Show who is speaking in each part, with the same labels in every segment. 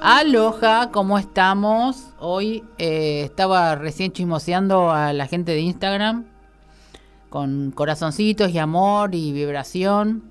Speaker 1: Aloha, ¿cómo estamos? Hoy estaba recién chismoseando a la gente de Instagram con corazoncitos y amor y vibración.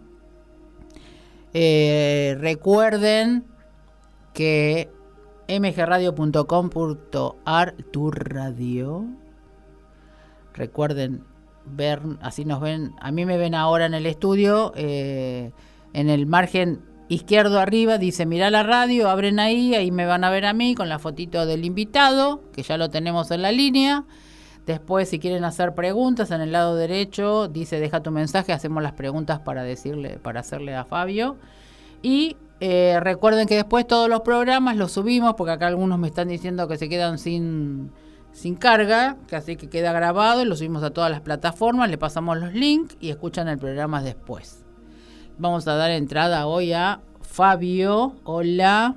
Speaker 1: Recuerden que mgradio.com.ar, tu radio. Recuerden ver, así nos ven. A mí me ven ahora en el estudio, en el margen izquierdo arriba dice mirá la radio, abren ahí me van a ver a mí con la fotito del invitado, que ya lo tenemos en la línea. Después, si quieren hacer preguntas, en el lado derecho dice deja tu mensaje, hacemos las preguntas para hacerle a Fabio. Y recuerden que después todos los programas los subimos, porque acá algunos me están diciendo que se quedan sin carga, que así que queda grabado, lo subimos a todas las plataformas, le pasamos los links y escuchan el programa después. Vamos a dar entrada hoy a Fabio. Hola.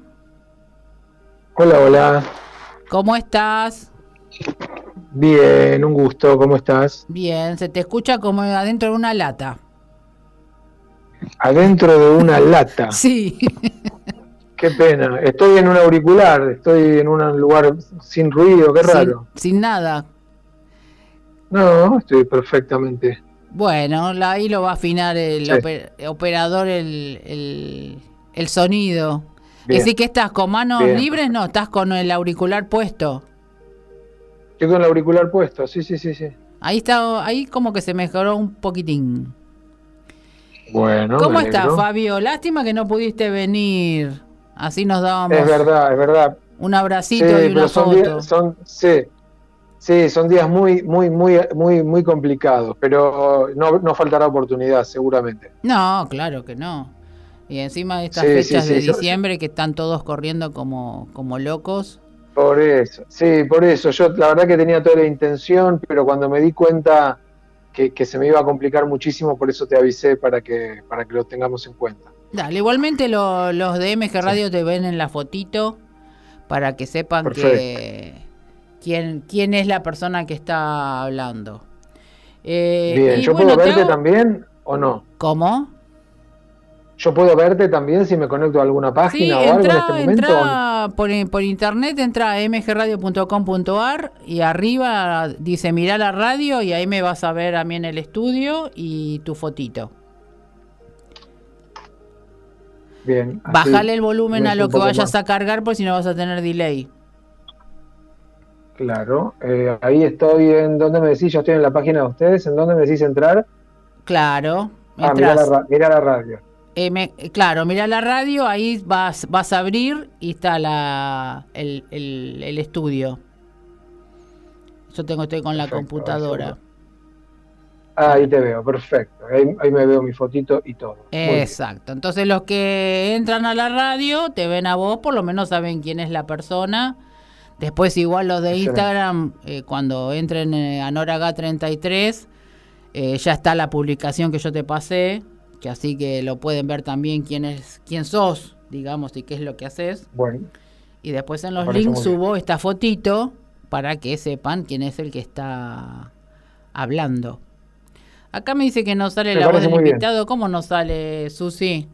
Speaker 2: Hola.
Speaker 1: ¿Cómo estás?
Speaker 2: Bien, un gusto. ¿Cómo estás?
Speaker 1: Bien, se te escucha como adentro de una lata.
Speaker 2: ¿Adentro de una lata?
Speaker 1: Sí.
Speaker 2: Qué pena. Estoy en un auricular, estoy en un lugar sin ruido, qué raro.
Speaker 1: Sin nada.
Speaker 2: No, estoy perfectamente.
Speaker 1: Bueno, ahí lo va a afinar el operador el sonido.
Speaker 2: Bien.
Speaker 1: Decir que estás con manos libres, no, estás con el auricular puesto.
Speaker 2: Estoy con el auricular puesto, sí.
Speaker 1: Ahí está, ahí como que se mejoró un poquitín.
Speaker 2: Bueno,
Speaker 1: ¿cómo estás, Fabio? Lástima que no pudiste venir. Así nos dábamos.
Speaker 2: Es verdad.
Speaker 1: Un abracito y una foto.
Speaker 2: Sí, son días muy complicados, pero no faltará oportunidad, seguramente.
Speaker 1: No, claro que no. Y encima de estas fechas de diciembre que están todos corriendo como locos.
Speaker 2: Por eso. Yo la verdad que tenía toda la intención, pero cuando me di cuenta que se me iba a complicar muchísimo, por eso te avisé para que lo tengamos en cuenta.
Speaker 1: Dale, igualmente los de MG Radio te ven en la fotito para que sepan quién es la persona que está hablando.
Speaker 2: Bien, ¿yo puedo verte también o no?
Speaker 1: ¿Cómo?
Speaker 2: ¿Yo puedo verte también si me conecto a alguna página o algo en este momento?
Speaker 1: Entra por internet, entra a mgradio.com.ar y arriba dice mirá la radio y ahí me vas a ver a mí en el estudio y tu fotito.
Speaker 2: Bien.
Speaker 1: Bájale el volumen a lo que vayas a cargar, porque si no vas a tener delay.
Speaker 2: Claro. Ahí estoy. ¿En dónde me decís? Yo estoy en la página de ustedes. ¿En dónde me decís entrar?
Speaker 1: Claro.
Speaker 2: Mirá la radio.
Speaker 1: Claro, mirá la radio, ahí vas a abrir y está el estudio. Yo estoy con la computadora.
Speaker 2: Ahí te veo, perfecto. Ahí me veo mi fotito y todo.
Speaker 1: Exacto. Entonces los que entran a la radio te ven a vos, por lo menos saben quién es la persona. Después igual los de Instagram, cuando entren a Noraga33, ya está la publicación que yo te pasé, que así que lo pueden ver también quién sos, digamos, y qué es lo que haces.
Speaker 2: Bueno.
Speaker 1: Y después en los links subo esta fotito para que sepan quién es el que está hablando. Acá me dice que no sale la voz del invitado. Bien. ¿Cómo no sale, Susi?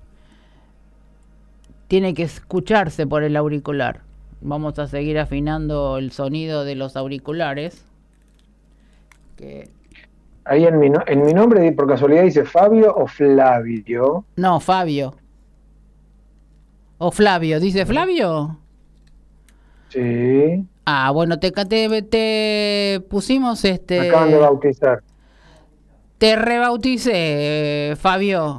Speaker 1: Tiene que escucharse por el auricular. Vamos a seguir afinando el sonido de los auriculares.
Speaker 2: Ahí en mi nombre, por casualidad, dice Fabio o Flavio.
Speaker 1: No, Fabio. O Flavio. ¿Dice Flavio?
Speaker 2: Sí.
Speaker 1: Ah, bueno, te pusimos
Speaker 2: Me acaban de bautizar.
Speaker 1: Te rebauticé, Fabio.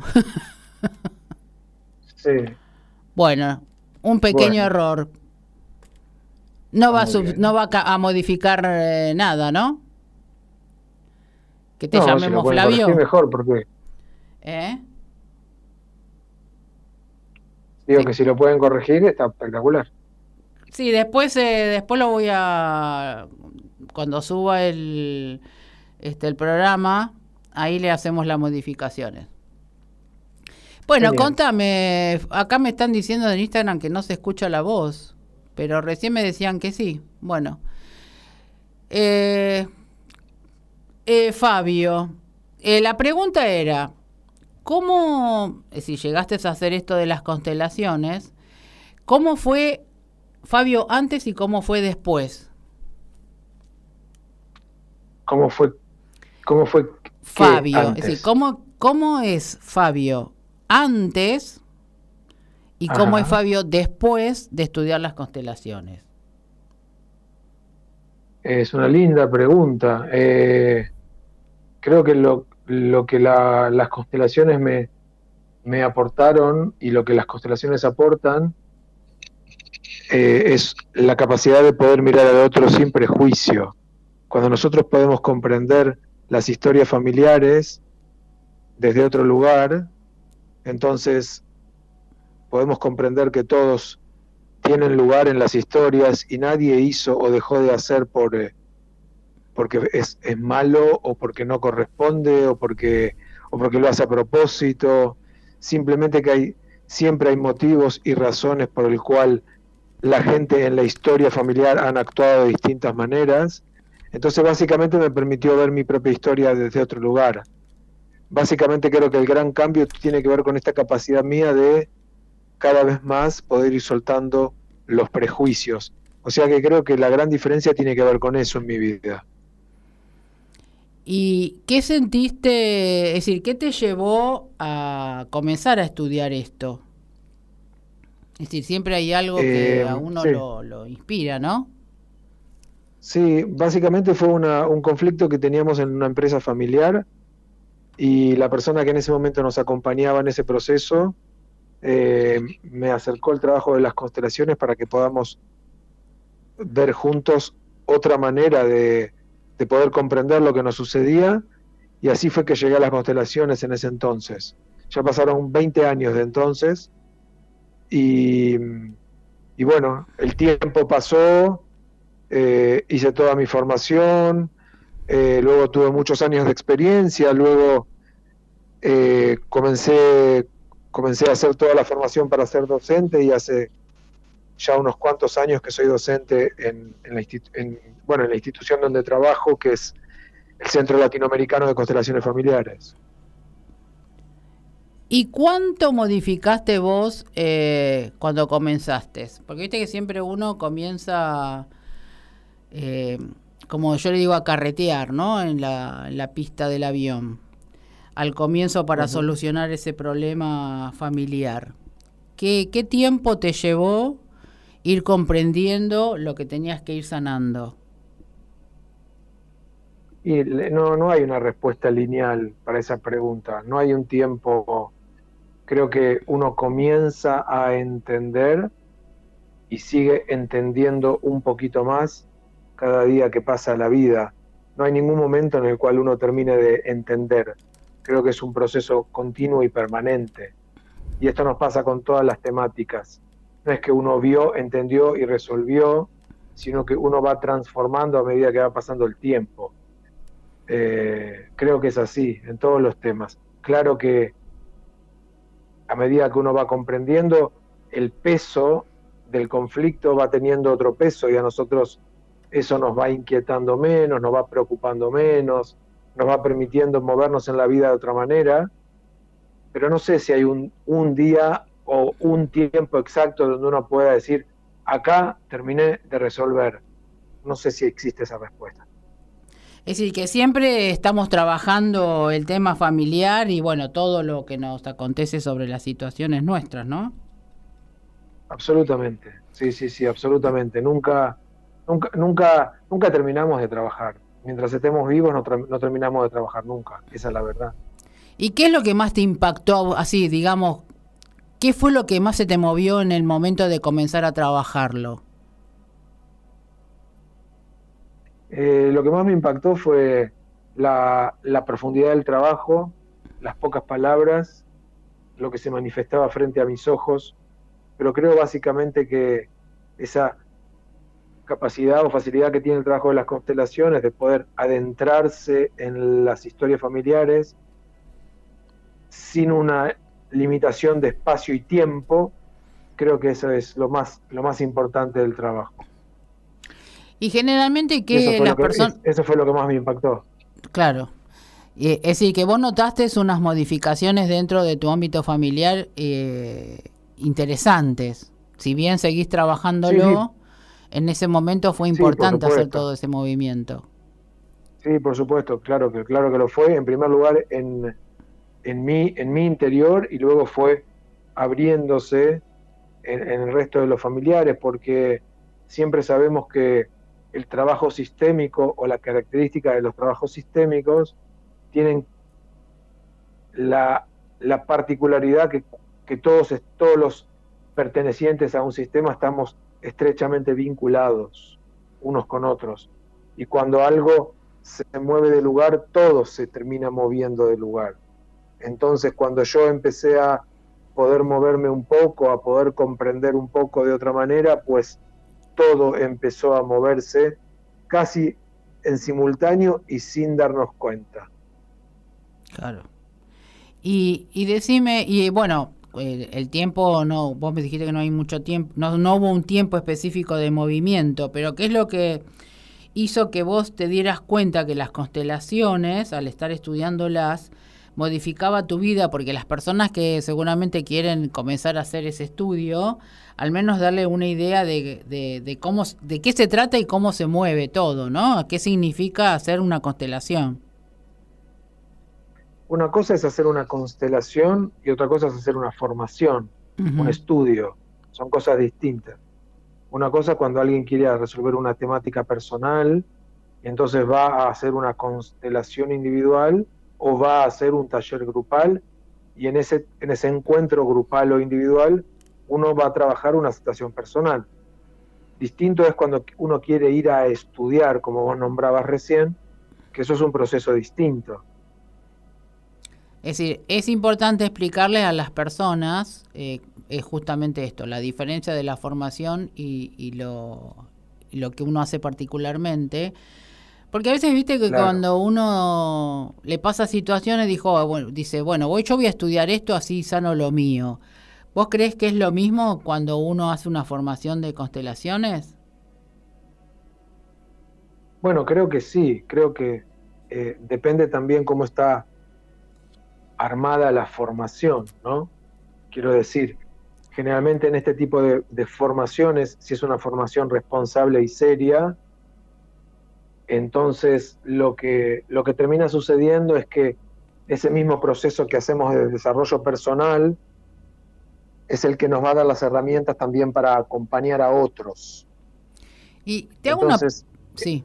Speaker 2: Sí.
Speaker 1: Bueno, un pequeño error. No va a modificar nada, ¿no? Que te llamemos
Speaker 2: si
Speaker 1: Flavio.
Speaker 2: Sí, mejor, porque. Digo que si lo pueden corregir está espectacular.
Speaker 1: Sí, después lo voy a, cuando suba el programa, ahí le hacemos las modificaciones. Bueno, contame, acá me están diciendo en Instagram que no se escucha la voz, pero recién me decían que sí. Bueno, Fabio, la pregunta era, ¿cómo, si llegaste a hacer esto de las constelaciones, ¿Cómo fue Fabio antes y cómo fue después?
Speaker 2: ¿Cómo fue
Speaker 1: Fabio,
Speaker 2: antes?
Speaker 1: es decir, ¿cómo es Fabio antes y cómo es Fabio después de estudiar las constelaciones?
Speaker 2: Es una linda pregunta. Creo que lo que las constelaciones me aportaron y lo que las constelaciones aportan es la capacidad de poder mirar al otro sin prejuicio. Cuando nosotros podemos comprender las historias familiares desde otro lugar, entonces podemos comprender que todos tienen lugar en las historias y nadie hizo o dejó de hacer porque es malo o porque no corresponde o porque lo hace a propósito. Simplemente que siempre hay motivos y razones por el cual la gente en la historia familiar han actuado de distintas maneras. Entonces básicamente me permitió ver mi propia historia desde otro lugar. Básicamente creo que el gran cambio tiene que ver con esta capacidad mía de cada vez más poder ir soltando los prejuicios. O sea que creo que la gran diferencia tiene que ver con eso en mi vida.
Speaker 1: ¿Y qué sentiste, es decir, qué te llevó a comenzar a estudiar esto? Es decir, siempre hay algo que a uno
Speaker 2: sí.
Speaker 1: lo inspira, ¿no?
Speaker 2: Sí, básicamente fue un conflicto que teníamos en una empresa familiar y la persona que en ese momento nos acompañaba en ese proceso me acercó el trabajo de las constelaciones para que podamos ver juntos otra manera de poder comprender lo que nos sucedía, y así fue que llegué a las constelaciones en ese entonces. Ya pasaron 20 años de entonces y bueno, el tiempo pasó, hice toda mi formación, luego tuve muchos años de experiencia, luego comencé a hacer toda la formación para ser docente y hace ya unos cuantos años que soy docente en la institución donde trabajo, que es el Centro Latinoamericano de Constelaciones Familiares.
Speaker 1: ¿Y cuánto modificaste vos cuando comenzaste? Porque viste que siempre uno comienza, como yo le digo, a carretear, ¿no? En la pista del avión. Al comienzo para solucionar ese problema familiar. ¿Qué tiempo te llevó ir comprendiendo lo que tenías que ir sanando?
Speaker 2: Y no hay una respuesta lineal para esa pregunta, no hay un tiempo. Creo que uno comienza a entender y sigue entendiendo un poquito más cada día que pasa la vida. No hay ningún momento en el cual uno termine de entender. Creo que es un proceso continuo y permanente. Y esto nos pasa con todas las temáticas. No es que uno vio, entendió y resolvió, sino que uno va transformando a medida que va pasando el tiempo. Creo que es así en todos los temas. Claro que a medida que uno va comprendiendo, el peso del conflicto va teniendo otro peso y a nosotros eso nos va inquietando menos, nos va preocupando menos, nos va permitiendo movernos en la vida de otra manera, pero no sé si hay un día o un tiempo exacto donde uno pueda decir, acá terminé de resolver. No sé si existe esa respuesta.
Speaker 1: Es decir, que siempre estamos trabajando el tema familiar y bueno, todo lo que nos acontece sobre las situaciones nuestras, ¿no?
Speaker 2: Absolutamente, sí, absolutamente. Nunca terminamos de trabajar. Mientras estemos vivos no terminamos de trabajar nunca, esa es la verdad.
Speaker 1: ¿Y qué es lo que más te impactó, así, digamos, qué fue lo que más se te movió en el momento de comenzar a trabajarlo?
Speaker 2: Lo que más me impactó fue la profundidad del trabajo, las pocas palabras, lo que se manifestaba frente a mis ojos, pero creo básicamente que esa capacidad o facilidad que tiene el trabajo de las constelaciones de poder adentrarse en las historias familiares sin una limitación de espacio y tiempo, creo que eso es lo más importante del trabajo.
Speaker 1: Y generalmente que las personas...
Speaker 2: Eso fue lo que más me impactó.
Speaker 1: Claro. Es decir, que vos notaste unas modificaciones dentro de tu ámbito familiar interesantes. Si bien seguís
Speaker 2: Sí, sí,
Speaker 1: trabajándolo, en ese momento fue
Speaker 2: sí, por
Speaker 1: importante hacer
Speaker 2: supuesto.
Speaker 1: todo ese movimiento.
Speaker 2: Sí, por supuesto, claro que lo fue. En primer lugar, en mi interior y luego fue abriéndose en el resto de los familiares, porque siempre sabemos que el trabajo sistémico o la característica de los trabajos sistémicos tienen la particularidad que todos los pertenecientes a un sistema estamos estrechamente vinculados unos con otros. Y cuando algo se mueve de lugar, todo se termina moviendo de lugar. Entonces, cuando yo empecé a poder moverme un poco, a poder comprender un poco de otra manera, pues todo empezó a moverse casi en simultáneo y sin darnos cuenta.
Speaker 1: Claro. Y decime, y bueno, el tiempo, no, vos me dijiste que no hay mucho tiempo, no hubo un tiempo específico de movimiento, pero ¿qué es lo que hizo que vos te dieras cuenta que las constelaciones, al estar estudiándolas, modificaba tu vida? Porque las personas que seguramente quieren comenzar a hacer ese estudio, al menos darle una idea de cómo, de qué se trata y cómo se mueve todo, ¿no? ¿Qué significa hacer una constelación?
Speaker 2: Una cosa es hacer una constelación y otra cosa es hacer una formación, un
Speaker 1: Ujú.
Speaker 2: estudio. Son cosas distintas. Una cosa es cuando alguien quiere resolver una temática personal y entonces va a hacer una constelación individual o va a hacer un taller grupal y en ese encuentro grupal o individual uno va a trabajar una situación personal. Distinto es cuando uno quiere ir a estudiar, como vos nombrabas recién, que eso es un proceso distinto.
Speaker 1: Es decir, es importante explicarles a las personas es justamente esto, la diferencia de la formación y lo que uno hace particularmente. Porque a veces viste que
Speaker 2: Claro.
Speaker 1: cuando uno le pasa situaciones, bueno, dice, bueno, yo voy a estudiar esto así sano lo mío. ¿Vos crees que es lo mismo cuando uno hace una formación de constelaciones?
Speaker 2: Bueno, creo que sí, creo que depende también cómo está armada la formación, ¿no? Quiero decir, generalmente en este tipo de formaciones, si es una formación responsable y seria, entonces lo que termina sucediendo es que ese mismo proceso que hacemos de desarrollo personal es el que nos va a dar las herramientas también para acompañar a otros.
Speaker 1: Y te hago una...
Speaker 2: Entonces,
Speaker 1: Sí,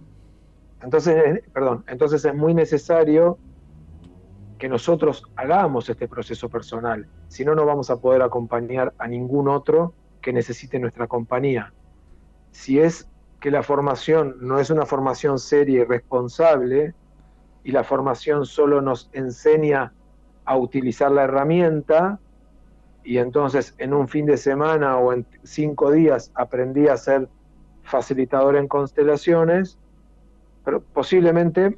Speaker 2: entonces es muy necesario que nosotros hagamos este proceso personal, si no, no vamos a poder acompañar a ningún otro que necesite nuestra compañía. Si es que la formación no es una formación seria y responsable, y la formación solo nos enseña a utilizar la herramienta, y entonces en un fin de semana o en 5 días aprendí a ser facilitador en constelaciones, pero posiblemente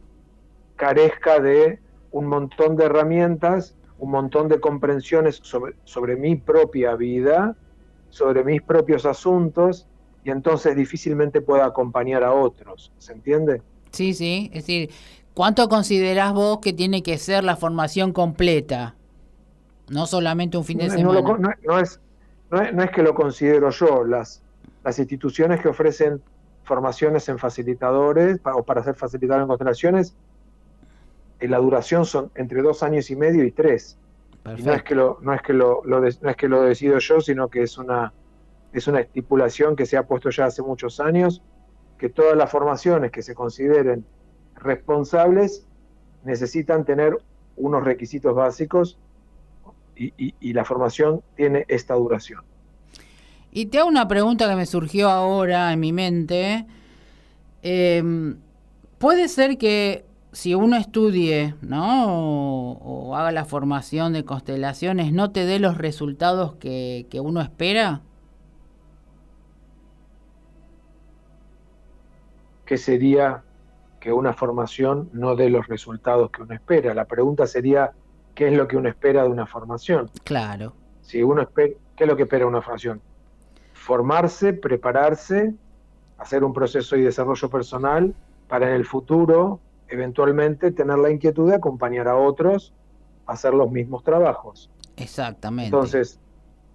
Speaker 2: carezca de un montón de herramientas, un montón de comprensiones sobre mi propia vida, sobre mis propios asuntos, y entonces difícilmente pueda acompañar a otros. ¿Se entiende?
Speaker 1: sí, sí. Es decir, ¿cuánto considerás vos que tiene que ser la formación completa? No solamente un fin de
Speaker 2: No,
Speaker 1: semana.
Speaker 2: no es que lo considero yo. Las instituciones que ofrecen formaciones en facilitadores o para ser facilitador en constelaciones, la duración son entre 2 años y medio y 3. Y no es que
Speaker 1: Perfecto.
Speaker 2: no es que lo decido yo, sino que es una estipulación que se ha puesto ya hace muchos años, que todas las formaciones que se consideren responsables necesitan tener unos requisitos básicos y la formación tiene esta duración.
Speaker 1: Y te hago una pregunta que me surgió ahora en mi mente. Eh, Puede ser que si uno estudie, ¿no? O haga la formación de constelaciones, no te dé los resultados que uno espera.
Speaker 2: ¿Qué sería que una formación no dé los resultados que uno espera? La pregunta sería, ¿qué es lo que uno espera de una formación?
Speaker 1: Claro,
Speaker 2: Si uno espera, ¿qué es lo que espera una formación? Formarse, prepararse, hacer un proceso y desarrollo personal para en el futuro, eventualmente, tener la inquietud de acompañar a otros a hacer los mismos trabajos.
Speaker 1: exactamente.
Speaker 2: Entonces,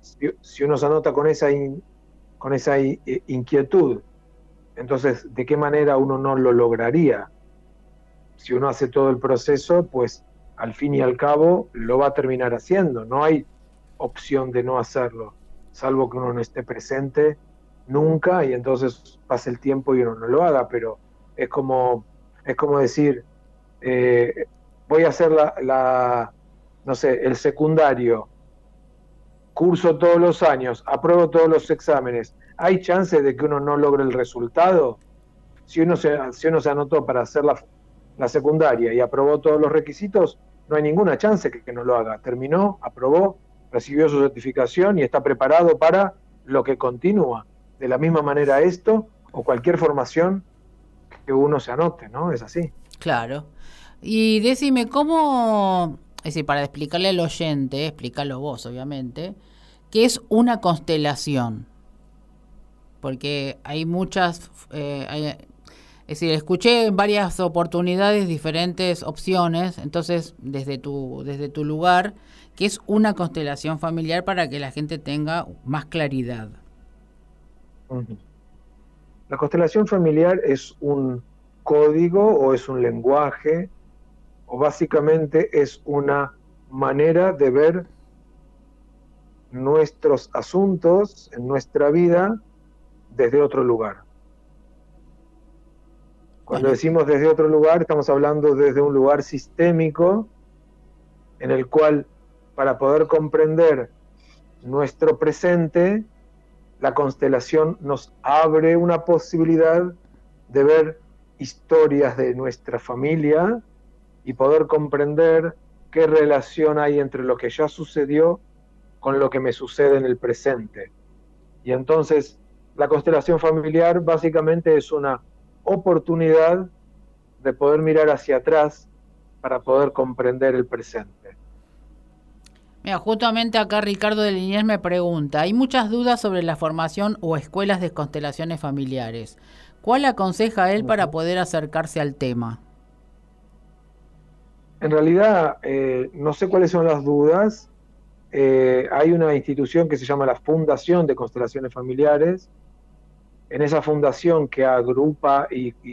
Speaker 2: si uno se anota con esa inquietud, entonces, ¿de qué manera uno no lo lograría? Si uno hace todo el proceso, pues al fin y al cabo lo va a terminar haciendo. No hay opción de no hacerlo, salvo que uno no esté presente nunca y entonces pase el tiempo y uno no lo haga, pero es como decir, voy a hacer no sé, el secundario, curso todos los años, apruebo todos los exámenes. ¿Hay chance de que uno no logre el resultado? Si uno se anotó para hacer la secundaria y aprobó todos los requisitos, no hay ninguna chance que no lo haga. Terminó, aprobó, recibió su certificación y está preparado para lo que continúa. De la misma manera esto o cualquier formación que uno se anote, ¿no? Es así.
Speaker 1: Claro. Y decime, ¿cómo, es decir, para explicarle al oyente, explícalo vos, obviamente, qué es una constelación? Porque hay muchas, es decir, escuché en varias oportunidades diferentes opciones, entonces desde tu lugar, ¿qué es una constelación familiar para que la gente tenga más claridad?
Speaker 2: Uh-huh. La constelación familiar es un código o es un lenguaje o básicamente es una manera de ver nuestros asuntos en nuestra vida desde otro lugar. Cuando decimos desde otro lugar, estamos hablando desde un lugar sistémico en el cual, para poder comprender nuestro presente, la constelación nos abre una posibilidad de ver historias de nuestra familia y poder comprender qué relación hay entre lo que ya sucedió con lo que me sucede en el presente. Y entonces, la constelación familiar básicamente es una oportunidad de poder mirar hacia atrás para poder comprender el presente.
Speaker 1: Mira, justamente acá Ricardo de Liniers me pregunta, hay muchas dudas sobre la formación o escuelas de constelaciones familiares. ¿Cuál aconseja él para poder acercarse al tema?
Speaker 2: En realidad, no sé cuáles son las dudas. Hay una institución que se llama la Fundación de Constelaciones Familiares. En esa fundación que agrupa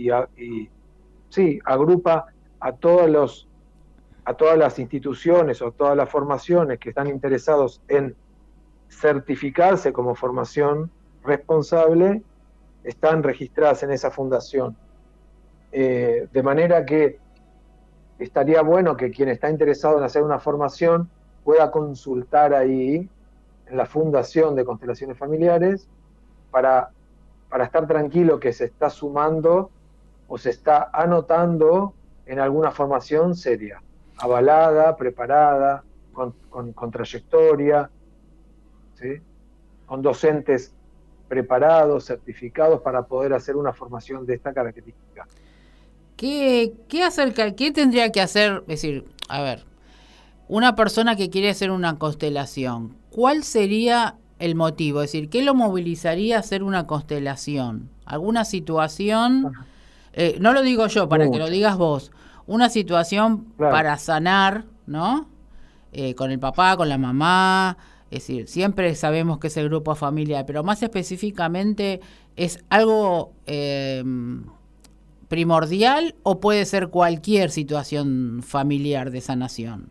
Speaker 2: agrupa a todas las instituciones o todas las formaciones que están interesados en certificarse como formación responsable, están registradas en esa fundación. De manera que estaría bueno que quien está interesado en hacer una formación pueda consultar ahí en la Fundación de Constelaciones Familiares para estar tranquilo que se está sumando o se está anotando en alguna formación seria, avalada, preparada, con trayectoria, ¿sí? Con docentes preparados, certificados para poder hacer una formación de esta característica.
Speaker 1: ¿Qué tendría que hacer? Es decir, a ver, una persona que quiere hacer una constelación, ¿cuál sería el motivo? Es decir, ¿qué lo movilizaría a hacer una constelación? ¿Alguna situación? No lo digo yo, para que lo digas vos. Una situación para sanar, ¿no? Con el papá, con la mamá. Es decir, siempre sabemos que es el grupo familiar, pero más específicamente, ¿es algo primordial o puede ser cualquier situación familiar de sanación?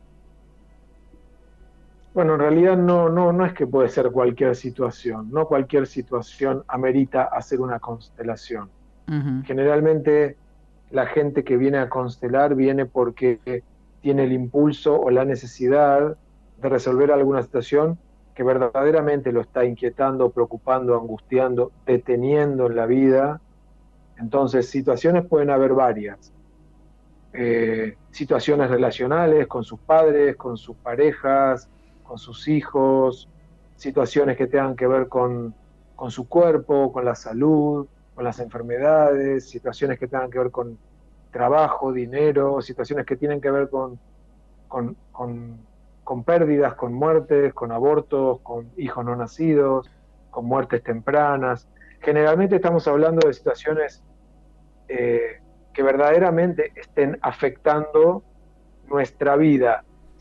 Speaker 2: Bueno, en realidad no es que puede ser cualquier situación. No cualquier situación amerita hacer una constelación. Uh-huh. Generalmente la gente que viene a constelar viene porque tiene el impulso o la necesidad de resolver alguna situación que verdaderamente lo está inquietando, preocupando, angustiando, deteniendo en la vida. Entonces, situaciones pueden haber varias. Situaciones relacionales con sus padres, con sus parejas, con sus hijos, situaciones que tengan que ver con su cuerpo, con la salud, con las enfermedades, situaciones que tengan que ver con trabajo, dinero, situaciones que tienen que ver con pérdidas, con muertes, con abortos, con hijos no nacidos, con muertes tempranas. Generalmente estamos hablando de situaciones que verdaderamente estén afectando nuestra vida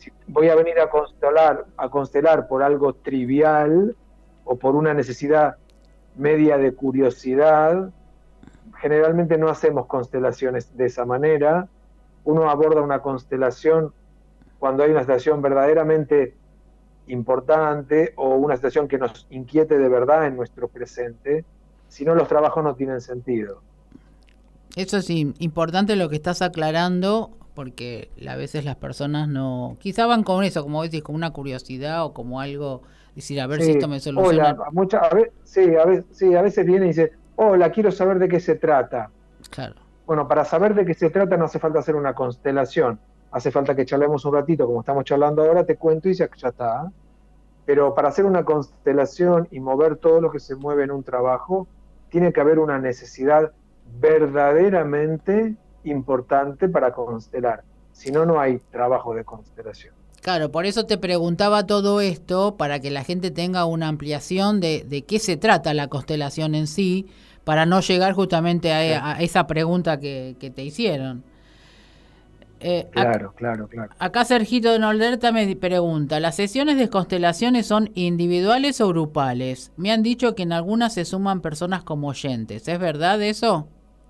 Speaker 2: Si voy a venir a constelar por algo trivial o por una necesidad media de curiosidad, generalmente no hacemos constelaciones de esa manera. Uno aborda una constelación cuando hay una situación verdaderamente importante o una situación que nos inquiete de verdad en nuestro presente. Si no, los trabajos no tienen sentido.
Speaker 1: Eso es importante lo que estás aclarando, porque a veces las personas no, quizá van con eso, como decís, con una curiosidad o como algo, decir, a ver si esto me soluciona.
Speaker 2: Hola, a veces viene y dice, hola, quiero saber de qué se trata.
Speaker 1: Claro.
Speaker 2: Bueno, para saber de qué se trata no hace falta hacer una constelación, hace falta que charlemos un ratito, como estamos charlando ahora, te cuento y ya está. Pero para hacer una constelación y mover todo lo que se mueve en un trabajo, tiene que haber una necesidad verdaderamente importante para constelar. Si no, no hay trabajo de constelación.
Speaker 1: Claro, por eso te preguntaba todo esto, para que la gente tenga una ampliación de qué se trata la constelación en sí, para no llegar justamente a esa pregunta que te hicieron.
Speaker 2: Claro.
Speaker 1: Acá Sergito de Norderta me pregunta, ¿las sesiones de constelaciones son individuales o grupales? Me han dicho que en algunas se suman personas como oyentes. ¿Es verdad eso?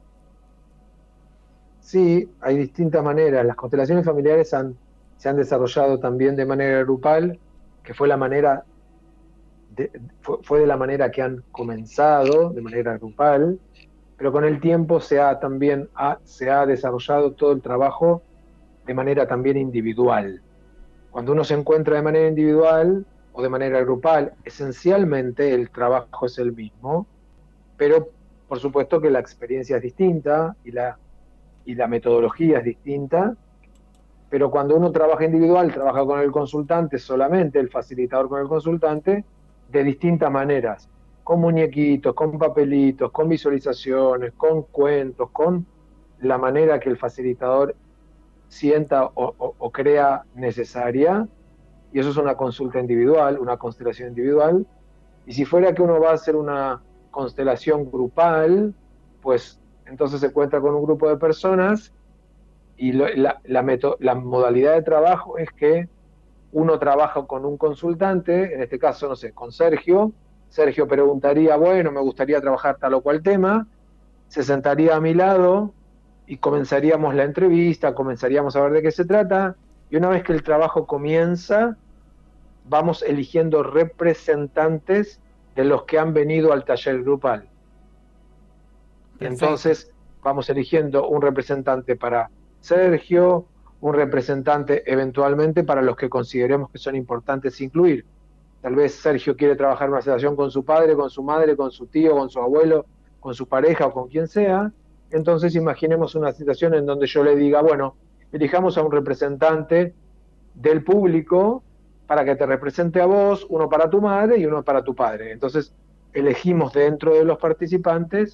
Speaker 2: Sí, hay distintas maneras. Las constelaciones familiares se han desarrollado también de manera grupal, que fue fue de la manera que han comenzado, de manera grupal, pero con el tiempo se ha desarrollado todo el trabajo de manera también individual. Cuando uno se encuentra de manera individual o de manera grupal, esencialmente el trabajo es el mismo, pero por supuesto que la experiencia es distinta y la metodología es distinta, pero cuando uno trabaja individual, trabaja con el consultante solamente, el facilitador con el consultante, de distintas maneras, con muñequitos, con papelitos, con visualizaciones, con cuentos, con la manera que el facilitador sienta o crea necesaria, y eso es una consulta individual, una constelación individual. Y si fuera que uno va a hacer una constelación grupal, pues entonces se encuentra con un grupo de personas y la modalidad de trabajo es que uno trabaja con un consultante, en este caso, no sé, con Sergio. Sergio preguntaría, bueno, me gustaría trabajar tal o cual tema, se sentaría a mi lado y comenzaríamos la entrevista, comenzaríamos a ver de qué se trata, y una vez que el trabajo comienza, vamos eligiendo representantes de los que han venido al taller grupal. Perfecto. Entonces vamos eligiendo un representante para Sergio, un representante eventualmente para los que consideremos que son importantes incluir. Tal vez Sergio quiere trabajar una situación con su padre, con su madre, con su tío, con su abuelo, con su pareja o con quien sea. Entonces imaginemos una situación en donde yo le diga, bueno, elijamos a un representante del público para que te represente a vos, uno para tu madre y uno para tu padre. Entonces elegimos dentro de los participantes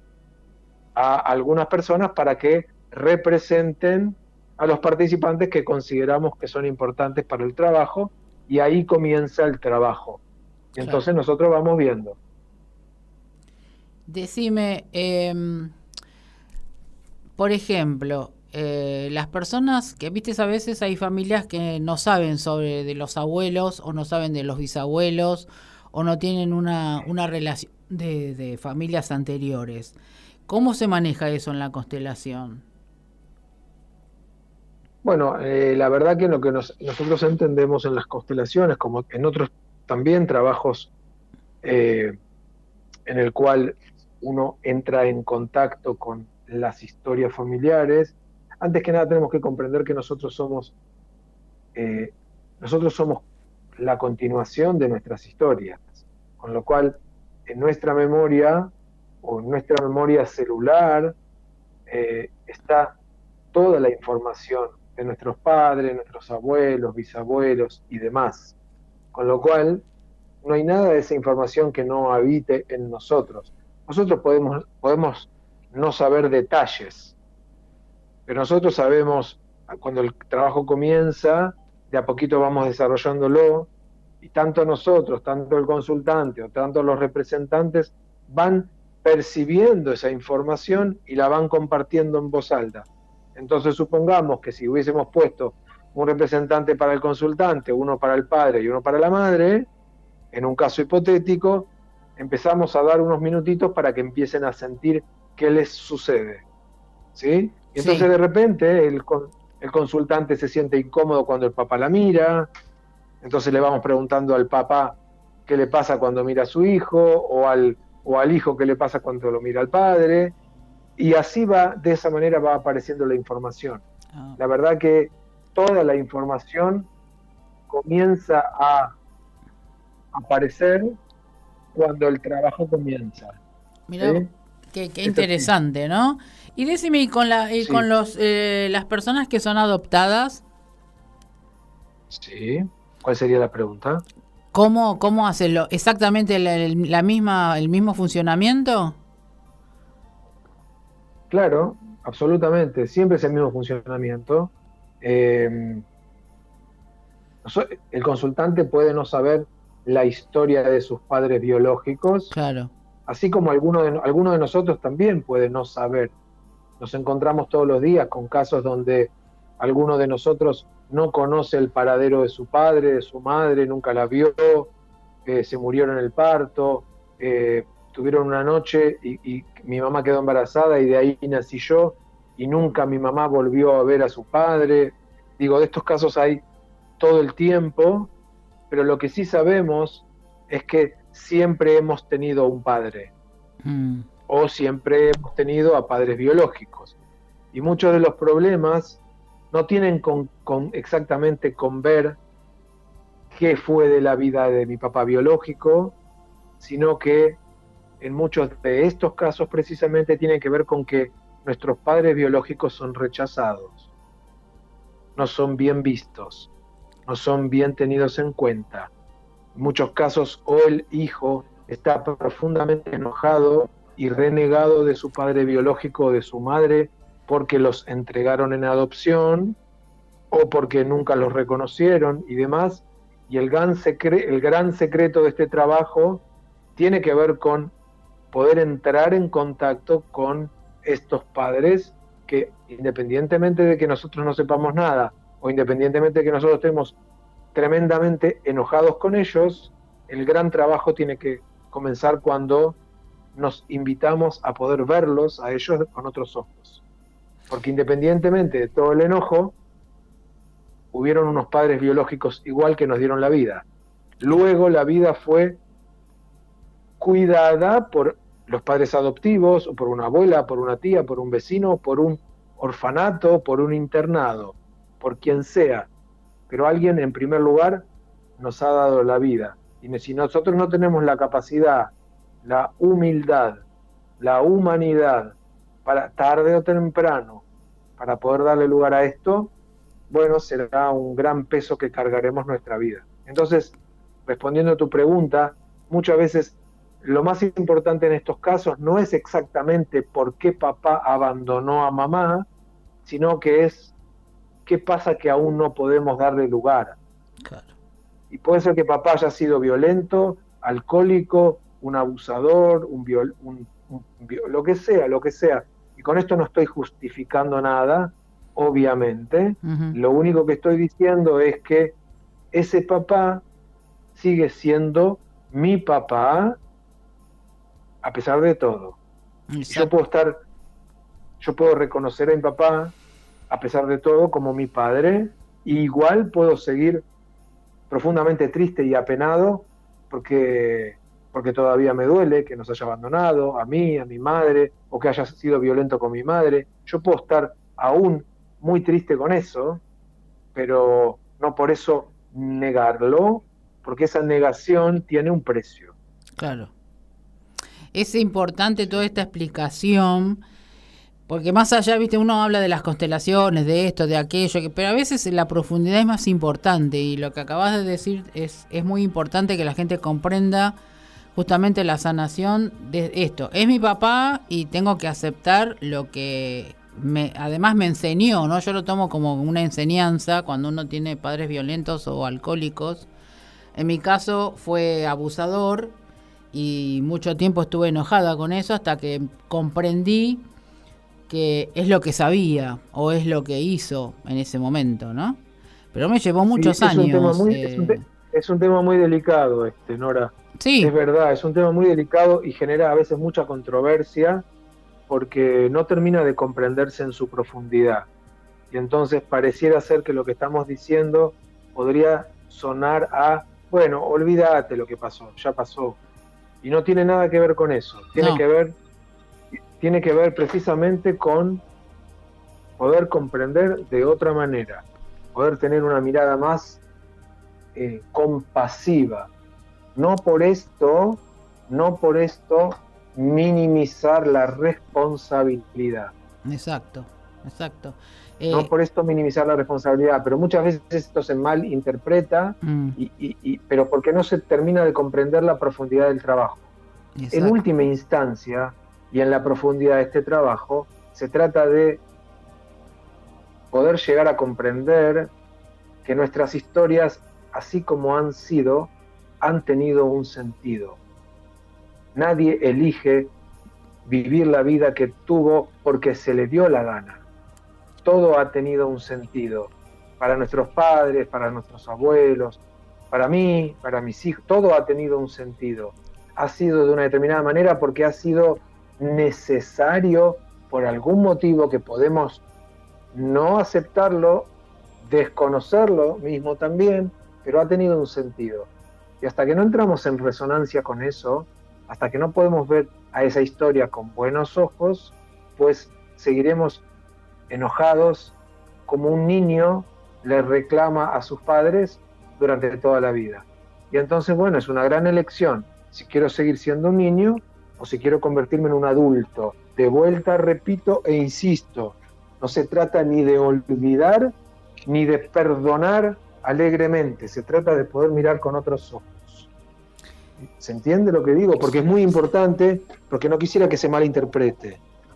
Speaker 2: a algunas personas para que representen a los participantes que consideramos que son importantes para el trabajo, y ahí comienza el trabajo. Y entonces claro, nosotros vamos viendo.
Speaker 1: Decime, por ejemplo, las personas que, viste, a veces hay familias que no saben sobre de los abuelos o no saben de los bisabuelos o no tienen una relación de familias anteriores. ¿Cómo se maneja eso en la constelación?
Speaker 2: Bueno, la verdad que lo que nosotros entendemos en las constelaciones, como en otros también trabajos en el cual uno entra en contacto con las historias familiares, antes que nada tenemos que comprender que nosotros somos la continuación de nuestras historias, con lo cual en nuestra memoria o en nuestra memoria celular está toda la información de nuestros padres, nuestros abuelos, bisabuelos y demás, con lo cual no hay nada de esa información que no habite en nosotros. Nosotros podemos no saber detalles, pero nosotros sabemos cuando el trabajo comienza, de a poquito vamos desarrollándolo, y tanto nosotros, tanto el consultante o tanto los representantes van percibiendo esa información y la van compartiendo en voz alta. Entonces supongamos que si hubiésemos puesto un representante para el consultante, uno para el padre y uno para la madre, en un caso hipotético, empezamos a dar unos minutitos para que empiecen a sentir qué les sucede, ¿sí? Y entonces de repente el consultante se siente incómodo cuando el papá la mira, entonces le vamos preguntando al papá qué le pasa cuando mira a su hijo, o al hijo qué le pasa cuando lo mira al padre, y así va, de esa manera va apareciendo la información. La verdad que toda la información comienza a aparecer cuando el trabajo comienza.
Speaker 1: Mirá, ¿sí? Qué interesante, ¿no? Y decime, con las personas que son adoptadas.
Speaker 2: Sí. ¿Cuál sería la pregunta?
Speaker 1: ¿Cómo hacerlo? ¿Exactamente el mismo funcionamiento?
Speaker 2: Claro, absolutamente. Siempre es el mismo funcionamiento. El consultante puede no saber la historia de sus padres biológicos.
Speaker 1: Claro.
Speaker 2: Así como alguno de nosotros también puede no saber. Nos encontramos todos los días con casos donde alguno de nosotros no conoce el paradero de su padre, de su madre, nunca la vio, se murieron en el parto, tuvieron una noche y mi mamá quedó embarazada y de ahí nací yo y nunca mi mamá volvió a ver a su padre. Digo, de estos casos hay todo el tiempo, pero lo que sí sabemos es que siempre hemos tenido un padre o siempre hemos tenido a padres biológicos. Y muchos de los problemas no tienen exactamente con ver qué fue de la vida de mi papá biológico, sino que en muchos de estos casos precisamente tienen que ver con que nuestros padres biológicos son rechazados, no son bien vistos, no son bien tenidos en cuenta. En muchos casos, o el hijo está profundamente enojado y renegado de su padre biológico o de su madre porque los entregaron en adopción o porque nunca los reconocieron y demás. Y el gran secreto de este trabajo tiene que ver con poder entrar en contacto con estos padres que, independientemente de que nosotros no sepamos nada o independientemente de que nosotros estemos tremendamente enojados con ellos, el gran trabajo tiene que comenzar cuando nos invitamos a poder verlos a ellos con otros ojos. Porque independientemente de todo el enojo, hubieron unos padres biológicos igual que nos dieron la vida. Luego la vida fue cuidada por los padres adoptivos, o por una abuela, por una tía, por un vecino, por un orfanato, por un internado, por quien sea. Pero alguien en primer lugar nos ha dado la vida. Y si nosotros no tenemos la capacidad, la humildad, la humanidad, para tarde o temprano, para poder darle lugar a esto, bueno, será un gran peso que cargaremos nuestra vida. Entonces, respondiendo a tu pregunta, muchas veces lo más importante en estos casos no es exactamente por qué papá abandonó a mamá, sino que es qué pasa que aún no podemos darle lugar.
Speaker 1: Claro.
Speaker 2: Y puede ser que papá haya sido violento, alcohólico, un abusador, lo que sea. Y con esto no estoy justificando nada, obviamente.
Speaker 1: Uh-huh.
Speaker 2: Lo único que estoy diciendo es que ese papá sigue siendo mi papá a pesar de todo. Yo puedo reconocer a mi papá a pesar de todo como mi padre, y igual puedo seguir profundamente triste y apenado porque todavía me duele que nos haya abandonado, a mí, a mi madre, o que haya sido violento con mi madre. Yo puedo estar aún muy triste con eso, pero no por eso negarlo, porque esa negación tiene un precio.
Speaker 1: Claro. Es importante toda esta explicación, porque más allá, viste, uno habla de las constelaciones, de esto, de aquello, pero a veces la profundidad es más importante, y lo que acabas de decir es muy importante que la gente comprenda justamente la sanación de esto. Es mi papá y tengo que aceptar lo que además me enseñó, ¿no? Yo lo tomo como una enseñanza cuando uno tiene padres violentos o alcohólicos. En mi caso fue abusador y mucho tiempo estuve enojada con eso hasta que comprendí que es lo que sabía o es lo que hizo en ese momento, ¿no? Pero me llevó
Speaker 2: Sí,
Speaker 1: muchos
Speaker 2: es un tema
Speaker 1: años.
Speaker 2: muy, es un tema muy delicado, Nora.
Speaker 1: Sí,
Speaker 2: Es verdad, es un tema muy delicado y genera a veces mucha controversia porque no termina de comprenderse en su profundidad. Y entonces pareciera ser que lo que estamos diciendo podría sonar a, bueno, olvídate lo que pasó, ya pasó. Y no tiene nada que ver con eso.
Speaker 1: no,
Speaker 2: Tiene que ver precisamente con poder comprender de otra manera, poder tener una mirada más compasiva. No por esto minimizar la responsabilidad.
Speaker 1: exacto, exacto.
Speaker 2: No por esto minimizar la responsabilidad, pero muchas veces esto se malinterpreta,
Speaker 1: Mm,
Speaker 2: pero porque no se termina de comprender la profundidad del trabajo. En
Speaker 1: exacto,
Speaker 2: última instancia, y en la profundidad de este trabajo, se trata de poder llegar a comprender que nuestras historias, así como han sido, han tenido un sentido. Nadie elige vivir la vida que tuvo porque se le dio la gana. Todo ha tenido un sentido. Para nuestros padres, para nuestros abuelos, para mí, para mis hijos, todo ha tenido un sentido. Ha sido de una determinada manera porque ha sido necesario por algún motivo que podemos no aceptarlo, desconocerlo mismo también, pero ha tenido un sentido. Y hasta que no entramos en resonancia con eso, hasta que no podemos ver a esa historia con buenos ojos, pues seguiremos enojados como un niño le reclama a sus padres durante toda la vida. Y entonces, bueno, es una gran elección si quiero seguir siendo un niño o si quiero convertirme en un adulto. De vuelta, repito e insisto, no se trata ni de olvidar ni de perdonar alegremente, se trata de poder mirar con otros ojos. ¿Se entiende lo que digo? Porque es muy importante, porque no quisiera que se malinterprete.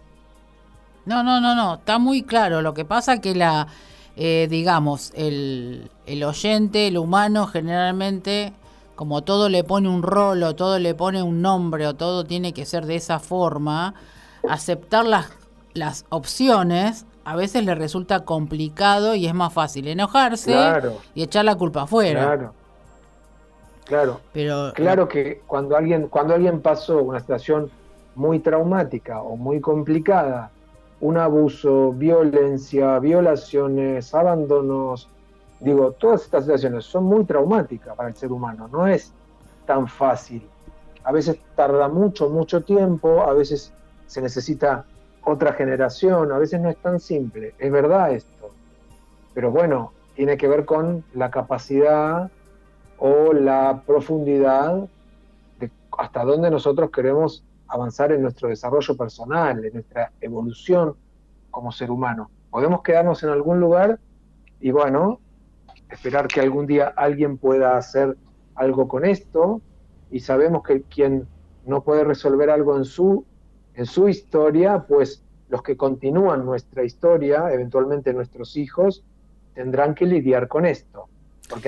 Speaker 1: no, no, no, no, está muy claro. Lo que pasa que digamos, el oyente, el humano, generalmente, como todo le pone un rol o todo le pone un nombre o todo tiene que ser de esa forma, aceptar las opciones a veces le resulta complicado y es más fácil enojarse
Speaker 2: Claro,
Speaker 1: y echar la culpa afuera.
Speaker 2: claro, claro.
Speaker 1: Pero
Speaker 2: Claro que cuando alguien pasó una situación muy traumática o muy complicada, un abuso, violencia, violaciones, abandonos, digo, todas estas situaciones son muy traumáticas para el ser humano, no es tan fácil. A veces tarda mucho, mucho tiempo, a veces se necesita otra generación, a veces no es tan simple, es verdad esto, pero bueno, tiene que ver con la capacidad o la profundidad de hasta dónde nosotros queremos avanzar en nuestro desarrollo personal, en nuestra evolución como ser humano. Podemos quedarnos en algún lugar y bueno, esperar que algún día alguien pueda hacer algo con esto, y sabemos que quien no puede resolver algo en su historia, pues los que continúan nuestra historia, eventualmente nuestros hijos, tendrán que lidiar con esto. Porque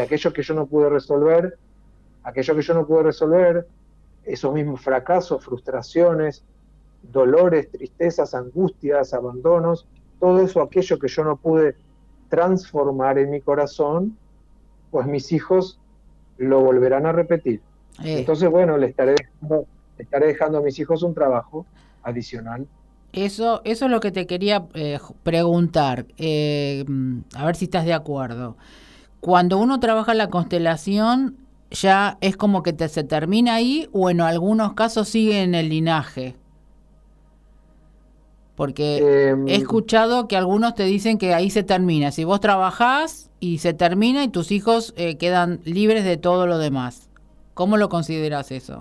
Speaker 2: aquello que yo no pude resolver, esos mismos fracasos, frustraciones, dolores, tristezas, angustias, abandonos, todo eso, aquello que yo no pude transformar en mi corazón, pues mis hijos lo volverán a repetir.
Speaker 1: eh,
Speaker 2: Entonces, bueno, le estaré dejando a mis hijos un trabajo adicional.
Speaker 1: eso es lo que te quería preguntar, a ver si estás de acuerdo. Cuando uno trabaja la constelación, ya es como que se termina ahí o en algunos casos sigue en el linaje. Porque
Speaker 2: Eh,
Speaker 1: he escuchado que algunos te dicen que ahí se termina. Si vos trabajás y se termina y tus hijos quedan libres de todo lo demás. ¿Cómo lo consideras eso?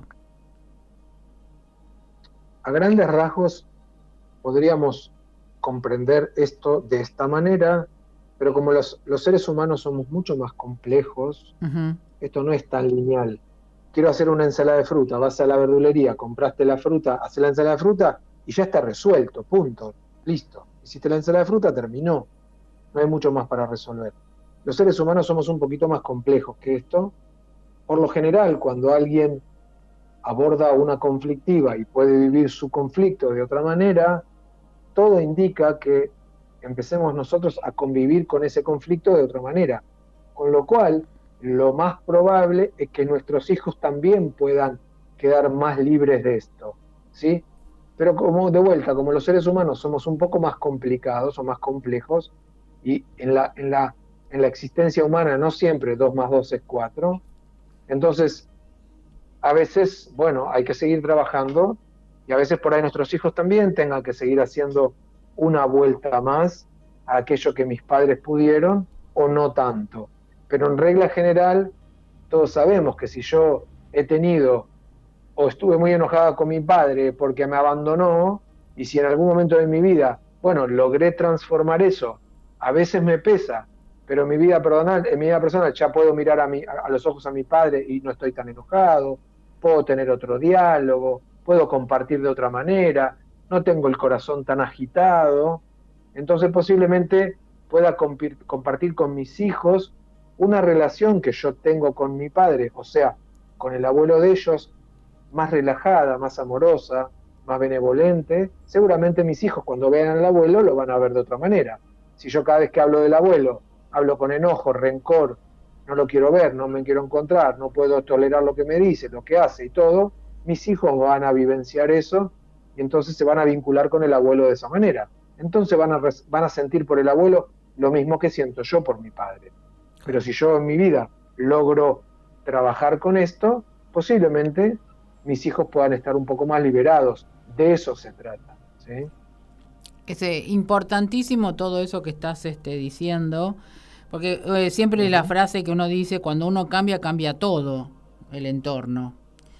Speaker 2: a grandes rasgos podríamos comprender esto de esta manera, pero como los seres humanos somos mucho más complejos,
Speaker 1: Ujú.
Speaker 2: esto no es tan lineal. Quiero hacer una ensalada de fruta, vas a la verdulería, compraste la fruta, haces la ensalada de fruta y ya está resuelto, punto, listo. Hiciste la ensalada de fruta, terminó, no hay mucho más para resolver. Los seres humanos somos un poquito más complejos que esto. Por lo general, cuando alguien aborda una conflictiva y puede vivir su conflicto de otra manera, todo indica que empecemos nosotros a convivir con ese conflicto de otra manera. con lo cual lo más probable es que nuestros hijos también puedan quedar más libres de esto, ¿sí? Pero como de vuelta, como los seres humanos somos un poco más complicados o más complejos, y en la existencia humana no siempre 2 más 2 es 4, entonces a veces, bueno, hay que seguir trabajando, y a veces por ahí nuestros hijos también tengan que seguir haciendo una vuelta más a aquello que mis padres pudieron o no tanto. Pero en regla general, todos sabemos que si yo he tenido o estuve muy enojada con mi padre porque me abandonó, y si en algún momento de mi vida, bueno, logré transformar eso, a veces me pesa, pero en mi vida personal ya puedo mirar a los ojos a mi padre y no estoy tan enojado, puedo tener otro diálogo, puedo compartir de otra manera, no tengo el corazón tan agitado, entonces posiblemente pueda compartir con mis hijos una relación que yo tengo con mi padre, o sea, con el abuelo de ellos, más relajada, más amorosa, más benevolente. Seguramente mis hijos cuando vean al abuelo lo van a ver de otra manera. Si yo cada vez que hablo del abuelo hablo con enojo, rencor, no lo quiero ver, no me quiero encontrar, no puedo tolerar lo que me dice, lo que hace y todo, mis hijos van a vivenciar eso y entonces se van a vincular con el abuelo de esa manera. Entonces van a sentir por el abuelo lo mismo que siento yo por mi padre. Pero si yo en mi vida logro trabajar con esto, posiblemente mis hijos puedan estar un poco más liberados. De eso se trata, ¿sí?
Speaker 1: Es importantísimo todo eso que estás diciendo, porque siempre la frase que uno dice, cuando uno cambia, cambia todo el entorno.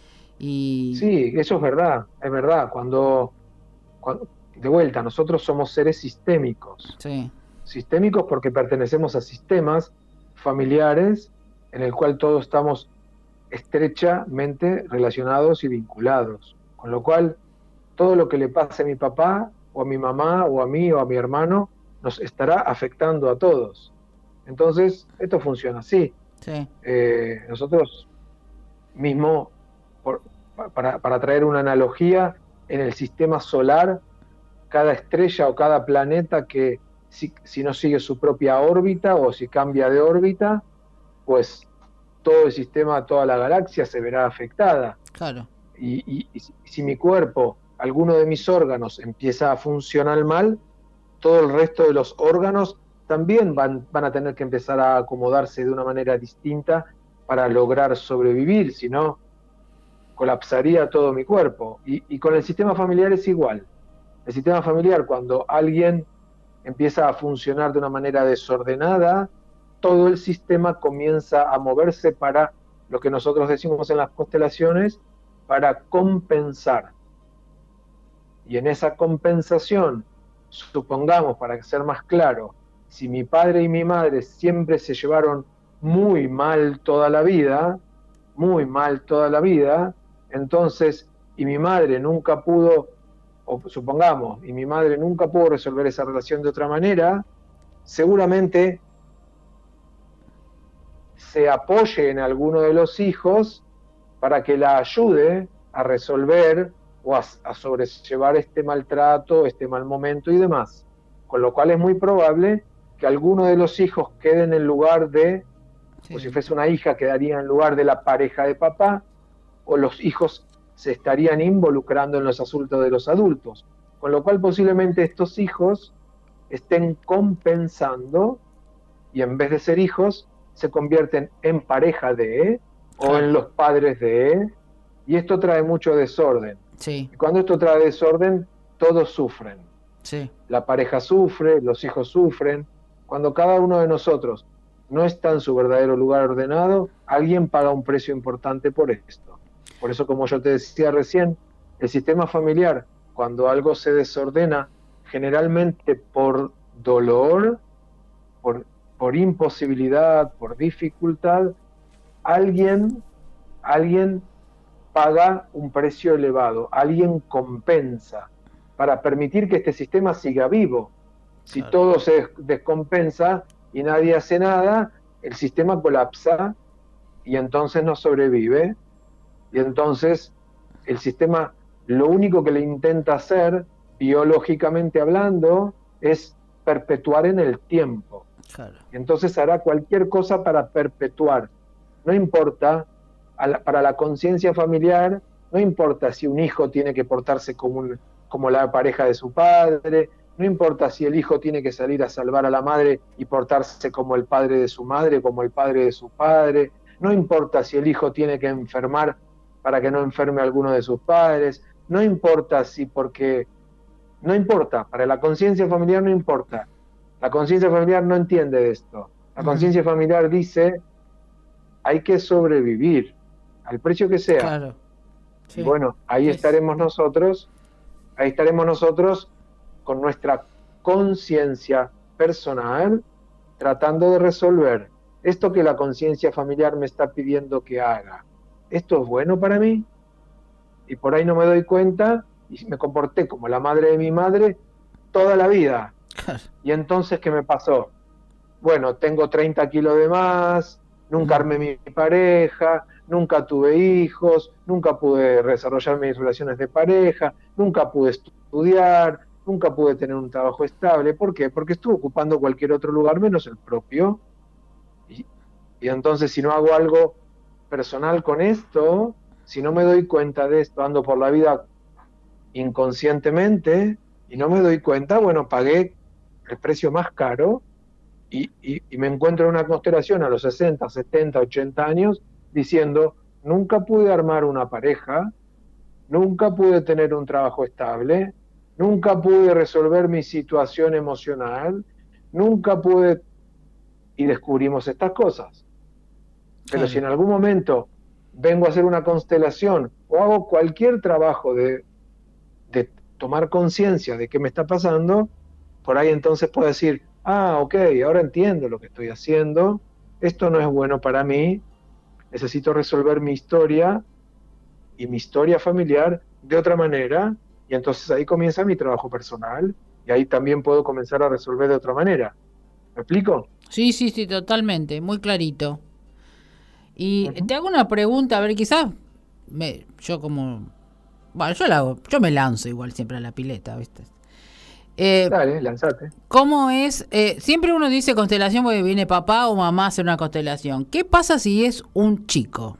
Speaker 1: Y
Speaker 2: sí, eso es verdad. Cuando de vuelta, nosotros somos seres sistémicos.
Speaker 1: sí.
Speaker 2: Sistémicos porque pertenecemos a sistemas familiares en el cual todos estamos estrechamente relacionados y vinculados. Con lo cual, todo lo que le pase a mi papá, o a mi mamá, o a mí, o a mi hermano, nos estará afectando a todos. Entonces, esto funciona así.
Speaker 1: Sí.
Speaker 2: Nosotros mismo, para traer una analogía, en el sistema solar, cada estrella o cada planeta que si no sigue su propia órbita o si cambia de órbita, pues todo el sistema, toda la galaxia se verá afectada.
Speaker 1: Claro.
Speaker 2: Y si mi cuerpo, alguno de mis órganos empieza a funcionar mal, todo el resto de los órganos también van a tener que empezar a acomodarse de una manera distinta para lograr sobrevivir, si no, colapsaría todo mi cuerpo. Y con el sistema familiar es igual. El sistema familiar, cuando alguien empieza a funcionar de una manera desordenada, todo el sistema comienza a moverse para lo que nosotros decimos en las constelaciones, para compensar. Y en esa compensación, supongamos, para ser más claro, si mi padre y mi madre siempre se llevaron muy mal toda la vida, entonces, y mi madre nunca pudo, o supongamos, y mi madre nunca pudo resolver esa relación de otra manera, seguramente se apoye en alguno de los hijos para que la ayude a resolver o a sobrellevar este maltrato, este mal momento y demás. Con lo cual es muy probable que alguno de los hijos quede en el lugar de, o si fuese una hija, quedaría en el lugar de la pareja de papá, o los hijos se estarían involucrando en los asuntos de los adultos. Con lo cual posiblemente estos hijos estén compensando y en vez de ser hijos, se convierten en pareja de, o en los padres de, y esto trae mucho desorden.
Speaker 1: Sí.
Speaker 2: Y cuando esto trae desorden, todos sufren.
Speaker 1: Sí.
Speaker 2: La pareja sufre, los hijos sufren. Cuando cada uno de nosotros no está en su verdadero lugar ordenado, alguien paga un precio importante por esto. Por eso, como yo te decía recién, el sistema familiar, cuando algo se desordena, generalmente por dolor, por imposibilidad, por dificultad, alguien paga un precio elevado, alguien compensa para permitir que este sistema siga vivo. Si todo se descompensa y nadie hace nada, el sistema colapsa y entonces no sobrevive. Y entonces el sistema lo único que le intenta hacer, biológicamente hablando, es perpetuar en el tiempo.
Speaker 1: Claro.
Speaker 2: Y entonces hará cualquier cosa para perpetuar. No importa, para la conciencia familiar, no importa si un hijo tiene que portarse como la pareja de su padre, no importa si el hijo tiene que salir a salvar a la madre y portarse como el padre de su madre, como el padre de su padre, no importa si el hijo tiene que enfermar para que no enferme a alguno de sus padres, no importa si porque... No importa, para la conciencia familiar no importa. La conciencia familiar no entiende de esto. La conciencia familiar dice, hay que sobrevivir, al precio que sea.
Speaker 1: Claro. Sí.
Speaker 2: Y bueno, ahí estaremos nosotros con nuestra conciencia personal, tratando de resolver esto que la conciencia familiar me está pidiendo que haga. ¿Esto es bueno para mí? Y por ahí no me doy cuenta y me comporté como la madre de mi madre toda la vida. Y entonces, ¿qué me pasó? Bueno, tengo 30 kilos de más, nunca armé mi pareja, nunca tuve hijos, nunca pude desarrollar mis relaciones de pareja, nunca pude estudiar, nunca pude tener un trabajo estable. ¿Por qué? Porque estuve ocupando cualquier otro lugar menos el propio. Y entonces, si no hago algo personal con esto, si no me doy cuenta de esto, ando por la vida inconscientemente y no me doy cuenta, bueno, pagué el precio más caro y me encuentro en una constelación a los 60, 70, 80 años diciendo, nunca pude armar una pareja, nunca pude tener un trabajo estable, nunca pude resolver mi situación emocional, nunca pude... Y descubrimos estas cosas. Pero
Speaker 1: Claro.
Speaker 2: si en algún momento vengo a hacer una constelación o hago cualquier trabajo de tomar conciencia de qué me está pasando, por ahí entonces puedo decir, ok, ahora entiendo lo que estoy haciendo, esto no es bueno para mí, necesito resolver mi historia y mi historia familiar de otra manera, y entonces ahí comienza mi trabajo personal, y ahí también puedo comenzar a resolver de otra manera. ¿Me explico?
Speaker 1: Sí, totalmente, muy clarito. Y te hago una pregunta, a ver, quizás yo como... Bueno, yo me lanzo igual siempre a la pileta, ¿viste?
Speaker 2: Dale, lanzate.
Speaker 1: ¿Cómo es? Siempre uno dice constelación porque viene papá o mamá a hacer una constelación. ¿Qué pasa si es un chico?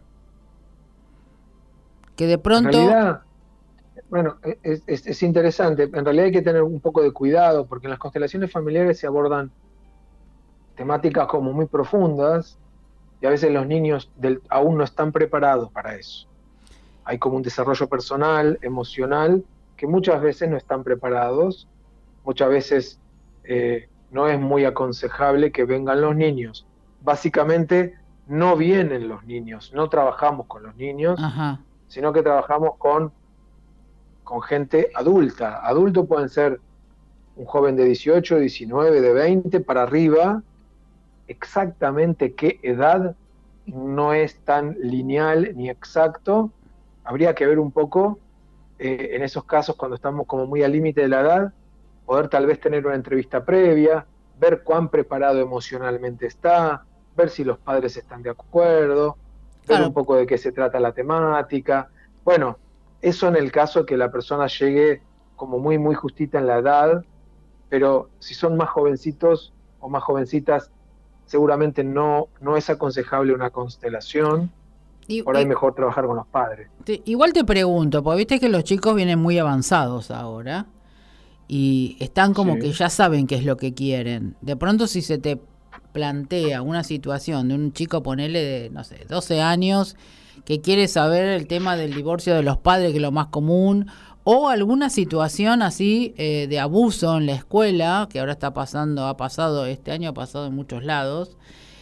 Speaker 1: Que de pronto...
Speaker 2: En realidad, bueno, es interesante. En realidad hay que tener un poco de cuidado porque en las constelaciones familiares se abordan temáticas como muy profundas y a veces los niños aún no están preparados para eso. Hay como un desarrollo personal, emocional, que muchas veces no están preparados. Muchas veces no es muy aconsejable que vengan los niños. Básicamente no vienen los niños, no trabajamos con los niños,
Speaker 1: Ajá.
Speaker 2: sino que trabajamos con gente adulta. Adulto pueden ser un joven de 18, 19, de 20 para arriba. Exactamente qué edad no es tan lineal ni exacto. Habría que ver un poco en esos casos cuando estamos como muy al límite de la edad, poder tal vez tener una entrevista previa, ver cuán preparado emocionalmente está, ver si los padres están de acuerdo, ver un poco de qué se trata la temática. Bueno, eso en el caso que la persona llegue como muy, muy justita en la edad, pero si son más jovencitos o más jovencitas, seguramente no es aconsejable una constelación. Por ahí mejor trabajar con los padres.
Speaker 1: Igual te pregunto, porque viste que los chicos vienen muy avanzados ahora y están como que ya saben qué es lo que quieren. De pronto si se te plantea una situación de un chico, ponele de, no sé, 12 años, que quiere saber el tema del divorcio de los padres, que es lo más común, o alguna situación así de abuso en la escuela, que ahora ha pasado este año, ha pasado en muchos lados,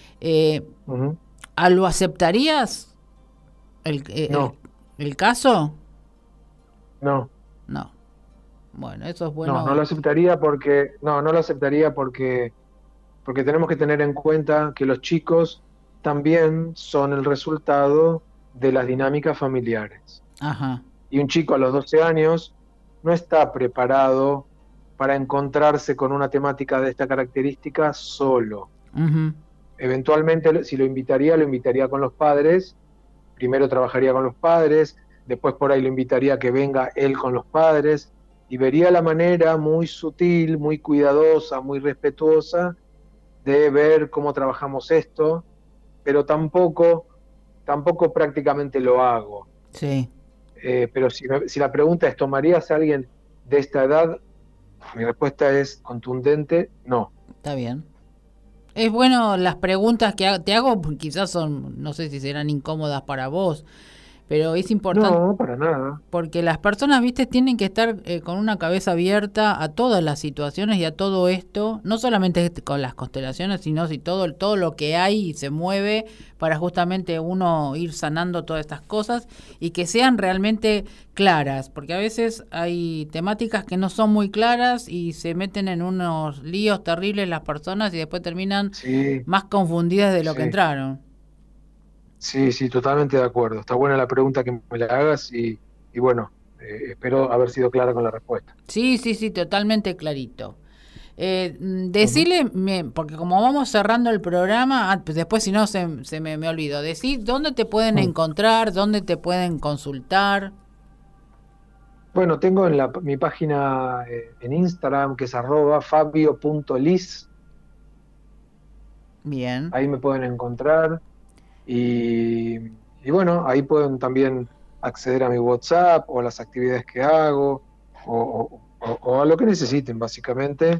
Speaker 1: ¿lo aceptarías? ¿El caso?
Speaker 2: No.
Speaker 1: Bueno, eso es bueno.
Speaker 2: No lo aceptaría porque tenemos que tener en cuenta que los chicos también son el resultado de las dinámicas familiares.
Speaker 1: Ajá.
Speaker 2: Y un chico a los 12 años no está preparado para encontrarse con una temática de esta característica solo. Eventualmente, si lo invitaría con los padres. Primero trabajaría con los padres, después por ahí lo invitaría a que venga él con los padres y vería la manera muy sutil, muy cuidadosa, muy respetuosa de ver cómo trabajamos esto, pero tampoco prácticamente lo hago.
Speaker 1: Sí.
Speaker 2: Pero si la pregunta es, ¿tomarías a alguien de esta edad? Mi respuesta es contundente, no.
Speaker 1: Está bien. Es bueno las preguntas que te hago, quizás son, no sé si serán incómodas para vos, pero es importante.
Speaker 2: No, para nada.
Speaker 1: Porque las personas, viste, tienen que estar con una cabeza abierta a todas las situaciones y a todo esto, no solamente con las constelaciones, sino si todo lo que hay y se mueve para justamente uno ir sanando todas estas cosas y que sean realmente claras, porque a veces hay temáticas que no son muy claras y se meten en unos líos terribles las personas y después terminan más confundidas de lo que entraron.
Speaker 2: Sí, totalmente de acuerdo. Está buena la pregunta que me la hagas y bueno, espero haber sido clara con la respuesta.
Speaker 1: Sí, totalmente clarito. Decirle, porque como vamos cerrando el programa, pues después si no se me olvido, decir dónde te pueden encontrar, dónde te pueden consultar.
Speaker 2: Bueno, tengo en mi página en Instagram, que es @fabio.lis.
Speaker 1: Bien.
Speaker 2: Ahí me pueden encontrar. Y bueno, ahí pueden también acceder a mi WhatsApp o a las actividades que hago o a lo que necesiten, básicamente.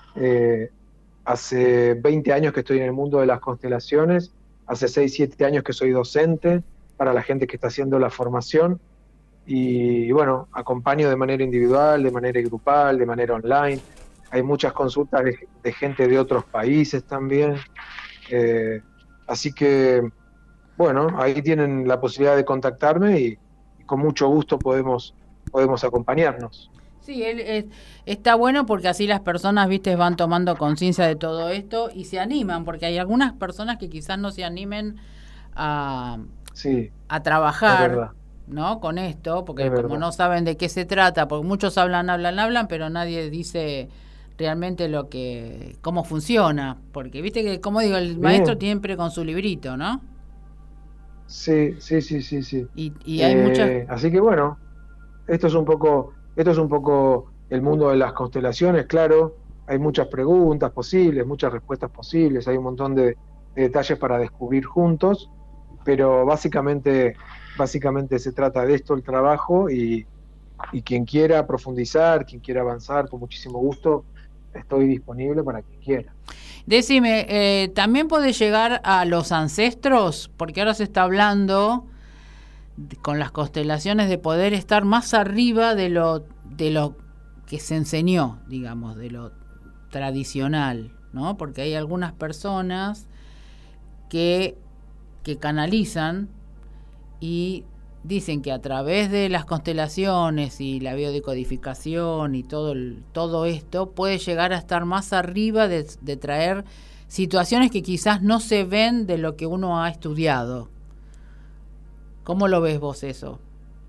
Speaker 2: Hace 20 años que estoy en el mundo de las constelaciones, hace 6, 7 años que soy docente para la gente que está haciendo la formación y bueno, acompaño de manera individual, de manera grupal, de manera online. Hay muchas consultas de gente de otros países también. Así que bueno, ahí tienen la posibilidad de contactarme y con mucho gusto podemos acompañarnos.
Speaker 1: Sí, está bueno porque así las personas, viste, van tomando conciencia de todo esto y se animan, porque hay algunas personas que quizás no se animen a trabajar, ¿no? Con esto, porque como no saben de qué se trata, porque muchos hablan, pero nadie dice realmente cómo funciona, porque viste que, como digo, el maestro siempre con su librito, ¿no?
Speaker 2: Sí.
Speaker 1: Y hay muchas...
Speaker 2: Así que bueno, esto es un poco el mundo de las constelaciones, claro. Hay muchas preguntas posibles, muchas respuestas posibles, hay un montón de detalles para descubrir juntos, pero básicamente se trata de esto el trabajo y quien quiera profundizar, quien quiera avanzar, con muchísimo gusto estoy disponible para quien quiera.
Speaker 1: Decime, ¿también puede llegar a los ancestros? Porque ahora se está hablando con las constelaciones de poder estar más arriba de lo que se enseñó, digamos, de lo tradicional, ¿no? Porque hay algunas personas que canalizan y dicen que a través de las constelaciones y la biodecodificación y todo esto puede llegar a estar más arriba de traer situaciones que quizás no se ven de lo que uno ha estudiado. ¿Cómo lo ves vos eso?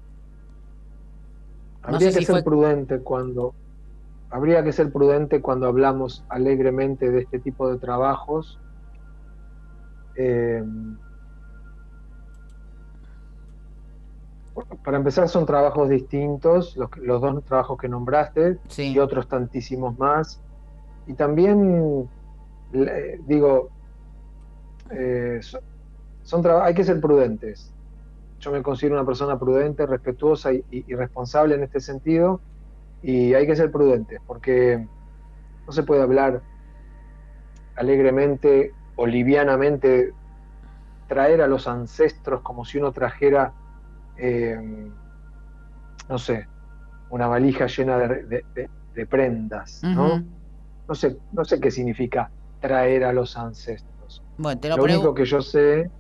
Speaker 2: Habría que ser prudente cuando hablamos alegremente de este tipo de trabajos. Para empezar, son trabajos distintos, los dos trabajos que nombraste, y otros tantísimos más. Y también, digo, hay que ser prudentes. Yo me considero una persona prudente, respetuosa y responsable en este sentido, y hay que ser prudentes, porque no se puede hablar alegremente o livianamente, traer a los ancestros como si uno trajera no sé, una valija llena de prendas, ¿no? No sé qué significa traer a los ancestros.
Speaker 1: Bueno,
Speaker 2: lo único que yo sé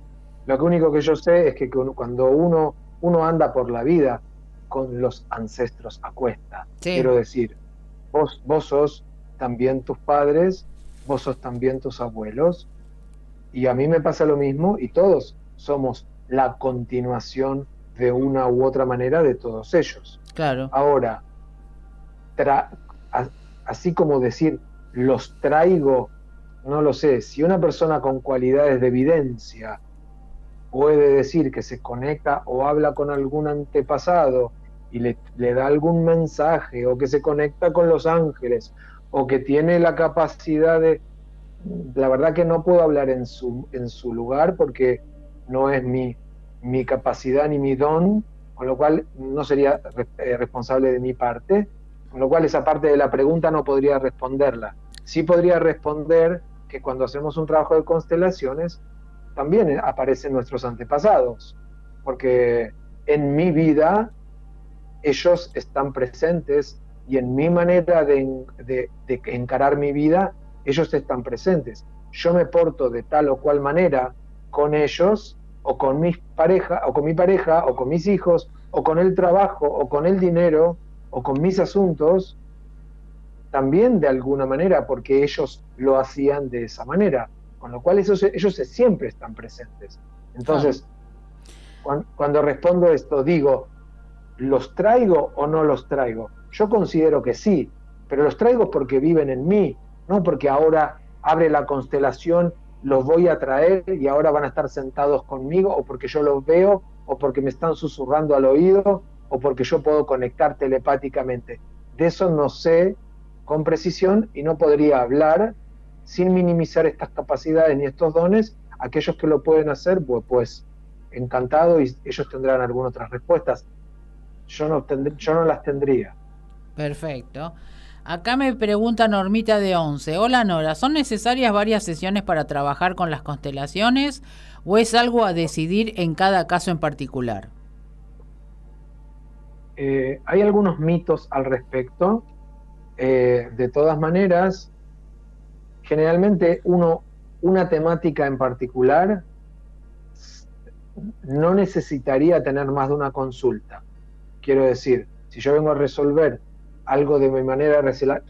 Speaker 2: es que cuando uno anda por la vida con los ancestros a cuesta, quiero decir, vos sos también tus padres, vos sos también tus abuelos, y a mí me pasa lo mismo, y todos somos la continuación de una u otra manera de todos ellos.
Speaker 1: Claro.
Speaker 2: Ahora, así como decir, los traigo, no lo sé. Si una persona con cualidades de evidencia puede decir que se conecta o habla con algún antepasado y le da algún mensaje, o que se conecta con los ángeles, o que tiene la capacidad de... la verdad que no puedo hablar en su lugar porque no es mi capacidad ni mi don, con lo cual no sería responsable de mi parte, con lo cual esa parte de la pregunta no podría responderla. Sí podría responder que cuando hacemos un trabajo de constelaciones también aparecen nuestros antepasados, porque en mi vida ellos están presentes y en mi manera de encarar mi vida, ellos están presentes. Yo me porto de tal o cual manera con ellos, o con mi pareja, o con mis hijos, o con el trabajo, o con el dinero, o con mis asuntos, también de alguna manera, porque ellos lo hacían de esa manera. Con lo cual ellos siempre están presentes. Entonces, cuando respondo esto, digo, ¿los traigo o no los traigo? Yo considero que sí, pero los traigo porque viven en mí, no porque ahora abre la constelación, los voy a traer y ahora van a estar sentados conmigo, o porque yo los veo, o porque me están susurrando al oído, o porque yo puedo conectar telepáticamente. De eso no sé con precisión y no podría hablar sin minimizar estas capacidades ni estos dones. Aquellos que lo pueden hacer, pues encantado, y ellos tendrán algunas otras respuestas. Yo no las tendría.
Speaker 1: Perfecto. Acá me pregunta Normita de 11. Hola Nora, ¿son necesarias varias sesiones para trabajar con las constelaciones o es algo a decidir en cada caso en particular?
Speaker 2: Hay algunos mitos al respecto. De todas maneras, generalmente una temática en particular no necesitaría tener más de una consulta. Quiero decir, si yo vengo a resolver algo de mi manera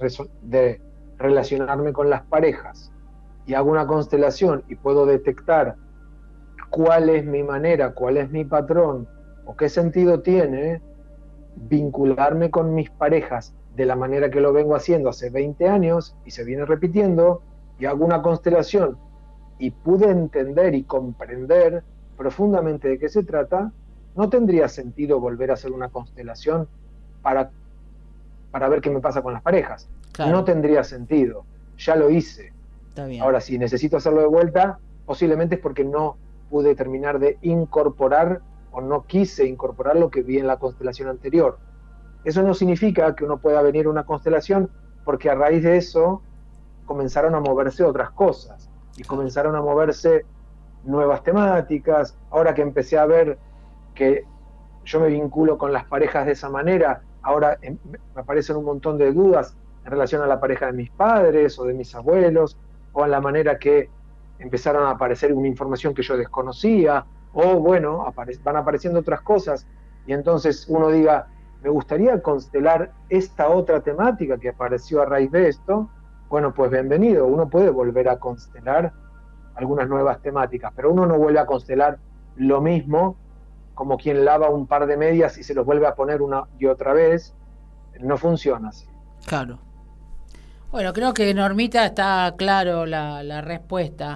Speaker 2: de relacionarme con las parejas y hago una constelación y puedo detectar cuál es mi manera, cuál es mi patrón o qué sentido tiene vincularme con mis parejas de la manera que lo vengo haciendo hace 20 años y se viene repitiendo, y hago una constelación y pude entender y comprender profundamente de qué se trata, no tendría sentido volver a hacer una constelación para ver qué me pasa con las parejas. Claro. No tendría sentido, ya lo hice.
Speaker 1: Está bien.
Speaker 2: Ahora, si necesito hacerlo de vuelta, posiblemente es porque no pude terminar de incorporar o no quise incorporar lo que vi en la constelación anterior. Eso no significa que uno pueda venir a una constelación, porque a raíz de eso comenzaron a moverse otras cosas y comenzaron a moverse nuevas temáticas. Ahora que empecé a ver que yo me vinculo con las parejas de esa manera, ahora me aparecen un montón de dudas en relación a la pareja de mis padres o de mis abuelos, o en la manera que empezaron a aparecer una información que yo desconocía, o bueno, van apareciendo otras cosas, y entonces uno diga, me gustaría constelar esta otra temática que apareció a raíz de esto. Bueno, pues bienvenido, uno puede volver a constelar algunas nuevas temáticas, pero uno no vuelve a constelar lo mismo como quien lava un par de medias y se los vuelve a poner una y otra vez. No funciona así.
Speaker 1: Claro. Bueno, creo que Normita está claro la respuesta.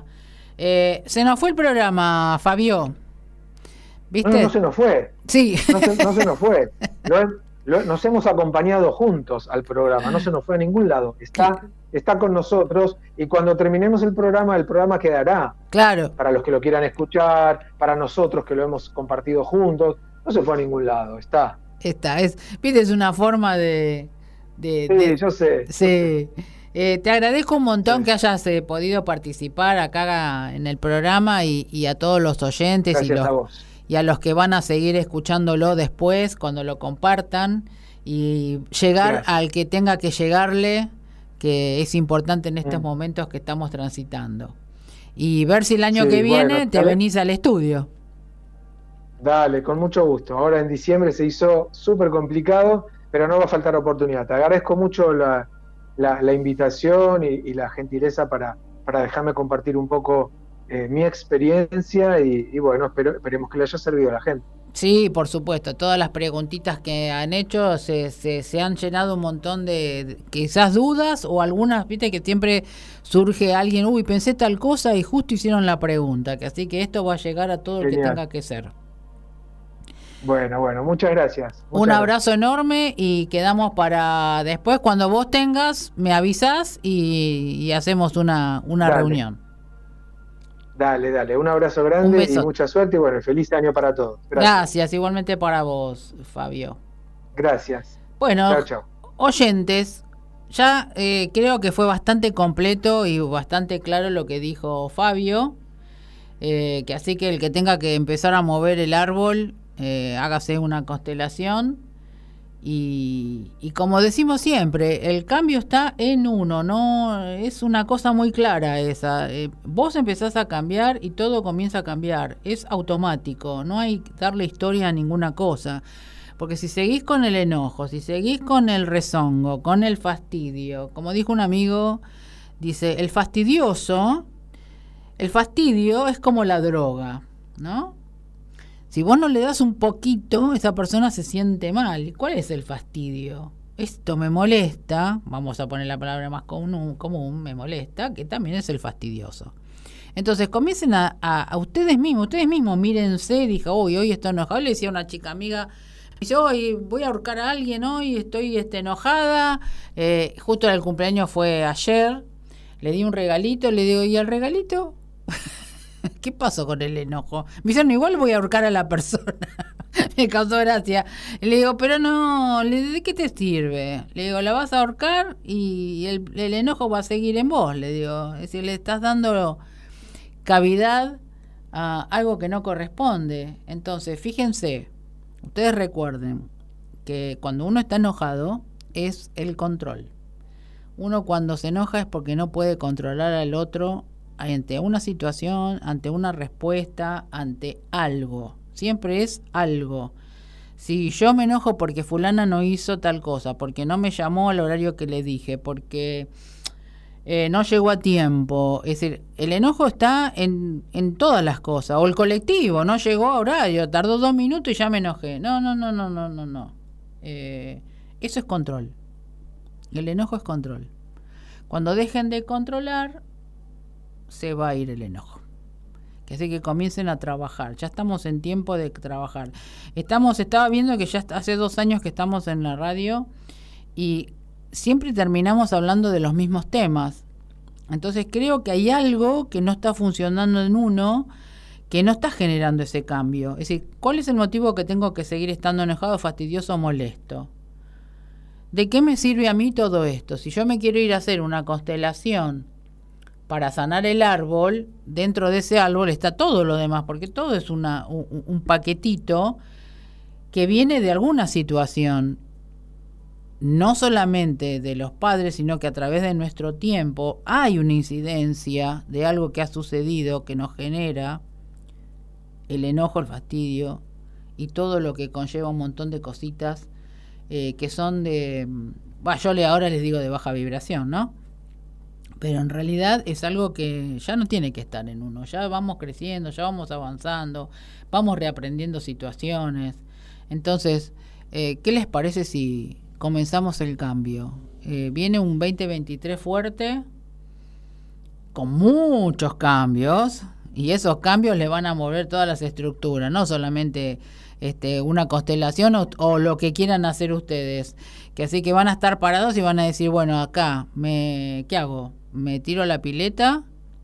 Speaker 1: Se nos fue el programa, Fabio. ¿Viste?
Speaker 2: No se nos fue.
Speaker 1: Sí.
Speaker 2: No se nos fue. Nos hemos acompañado juntos al programa, no se nos fue a ningún lado. Está con nosotros, y cuando terminemos el programa quedará.
Speaker 1: Claro.
Speaker 2: Para los que lo quieran escuchar, para nosotros que lo hemos compartido juntos. No se fue a ningún lado, está.
Speaker 1: ¿Viste? Es una forma de
Speaker 2: yo sé.
Speaker 1: Sí. Te agradezco un montón que hayas podido participar acá en el programa y a todos los oyentes.
Speaker 2: Gracias a vos.
Speaker 1: Y a los que van a seguir escuchándolo después, cuando lo compartan, y llegar al que tenga que llegarle, que es importante en estos momentos que estamos transitando. Y ver si el año que viene te venís al estudio.
Speaker 2: Dale, con mucho gusto. Ahora en diciembre se hizo súper complicado, pero no va a faltar oportunidad. Te agradezco mucho la invitación y la gentileza para dejarme compartir un poco mi experiencia y bueno, esperemos que le haya servido a la gente.
Speaker 1: Sí, por supuesto, todas las preguntitas que han hecho se han llenado un montón de quizás dudas, o algunas, viste que siempre surge alguien, pensé tal cosa y justo hicieron la pregunta, así que esto va a llegar a todo el que tenga que ser.
Speaker 2: Bueno, muchas gracias.
Speaker 1: Un
Speaker 2: Muchas
Speaker 1: abrazo
Speaker 2: gracias.
Speaker 1: enorme y quedamos para después, cuando vos tengas, me avisás y hacemos una
Speaker 2: Dale,
Speaker 1: reunión.
Speaker 2: dale. Un abrazo
Speaker 1: Un
Speaker 2: grande y
Speaker 1: beso.
Speaker 2: mucha suerte y bueno, feliz año para todos. Gracias.
Speaker 1: Gracias, igualmente para vos, Fabio.
Speaker 2: Gracias.
Speaker 1: Bueno,
Speaker 2: Chao, chao.
Speaker 1: oyentes, ya creo que fue bastante completo y bastante claro lo que dijo Fabio, que así que el que tenga que empezar a mover el árbol, hágase una constelación y como decimos siempre, el cambio está en uno, no es una cosa muy clara esa. Vos empezás a cambiar y todo comienza a cambiar, es automático, no hay que darle historia a ninguna cosa. Porque si seguís con el enojo, si seguís con el rezongo, con el fastidio, como dijo un amigo, dice, el fastidio es como la droga, ¿no? Si vos no le das un poquito, esa persona se siente mal. ¿Cuál es el fastidio? Esto me molesta, vamos a poner la palabra más común, me molesta, que también es el fastidioso. Entonces comiencen a ustedes mismos mírense, dije, hoy estoy enojado, le decía a una chica amiga, dice, hoy voy a ahorcar a alguien, hoy estoy enojada, justo el cumpleaños fue ayer, le di un regalito, le digo, ¿y el regalito? ¿Qué pasó con el enojo? Me dicen, igual voy a ahorcar a la persona. Me causó gracia. Le digo, pero no, ¿de qué te sirve? Le digo, la vas a ahorcar y el enojo va a seguir en vos. Le digo, es decir, le estás dando cavidad a algo que no corresponde. Entonces, fíjense, ustedes recuerden que cuando uno está enojado es el control. Uno cuando se enoja es porque no puede controlar al otro ante una situación, ante una respuesta, ante algo. Siempre es algo. Si yo me enojo porque fulana no hizo tal cosa, porque no me llamó al horario que le dije, porque no llegó a tiempo. Es decir, el enojo está en todas las cosas. O el colectivo, no llegó a horario, tardó 2 minutos y ya me enojé. No. Eso es control. El enojo es control. Cuando dejen de controlar, se va a ir el enojo. Que así que comiencen a trabajar. Ya estamos en tiempo de trabajar. Estaba viendo que ya hace 2 años que estamos en la radio y siempre terminamos hablando de los mismos temas. Entonces creo que hay algo que no está funcionando en uno, que no está generando ese cambio. Es decir, ¿cuál es el motivo que tengo que seguir estando enojado, fastidioso o molesto? ¿De qué me sirve a mí todo esto? Si yo me quiero ir a hacer una constelación para sanar el árbol, dentro de ese árbol está todo lo demás, porque todo es un paquetito que viene de alguna situación, no solamente de los padres, sino que a través de nuestro tiempo hay una incidencia de algo que ha sucedido que nos genera el enojo, el fastidio y todo lo que conlleva un montón de cositas que son ahora les digo de baja vibración, ¿no? Pero en realidad es algo que ya no tiene que estar en uno. Ya vamos creciendo, ya vamos avanzando, vamos reaprendiendo situaciones. Entonces, ¿qué les parece si comenzamos el cambio? Viene un 2023 fuerte, con muchos cambios, y esos cambios le van a mover todas las estructuras, no solamente una constelación o lo que quieran hacer ustedes. Que así que van a estar parados y van a decir, bueno, acá, ¿qué hago? ¿Me tiro a la pileta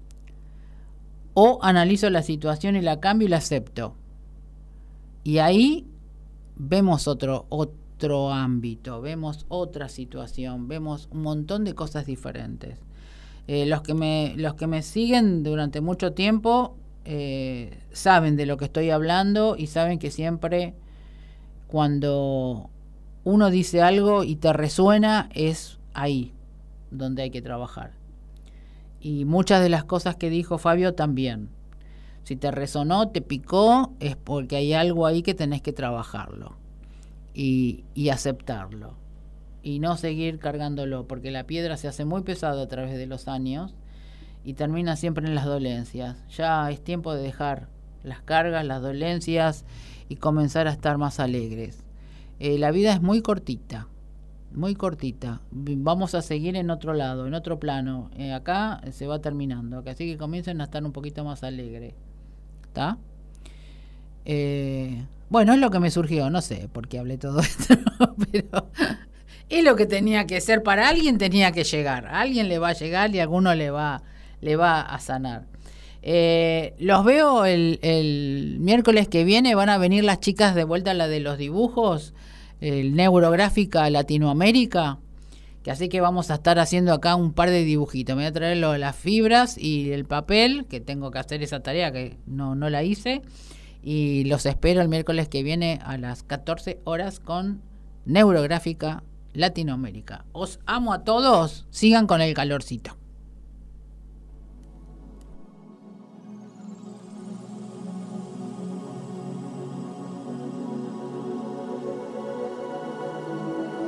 Speaker 1: o analizo la situación y la cambio y la acepto? Y ahí vemos otro ámbito, vemos otra situación, vemos un montón de cosas diferentes. Los que me siguen durante mucho tiempo saben de lo que estoy hablando y saben que siempre cuando uno dice algo y te resuena es ahí donde hay que trabajar. Y muchas de las cosas que dijo Fabio también. Si te resonó, te picó, es porque hay algo ahí que tenés que trabajarlo y aceptarlo. Y no seguir cargándolo, porque la piedra se hace muy pesada a través de los años y termina siempre en las dolencias. Ya es tiempo de dejar las cargas, las dolencias y comenzar a estar más alegres. La vida es muy cortita. Muy cortita. Vamos a seguir en otro lado, en otro plano. Acá se va terminando. Así que comiencen a estar un poquito más alegres. ¿Está? Bueno, es lo que me surgió, no sé por qué hablé todo esto, pero es lo que tenía que ser para alguien, tenía que llegar. A alguien le va a llegar y a alguno le va a sanar. Los veo el miércoles que viene, van a venir las chicas de vuelta a la de los dibujos, el Neurográfica Latinoamérica, que así que vamos a estar haciendo acá un par de dibujitos. Me voy a traer las fibras y el papel, que tengo que hacer esa tarea que no la hice, y los espero el miércoles que viene a las 14 horas con Neurográfica Latinoamérica. Os amo a todos, sigan con el calorcito.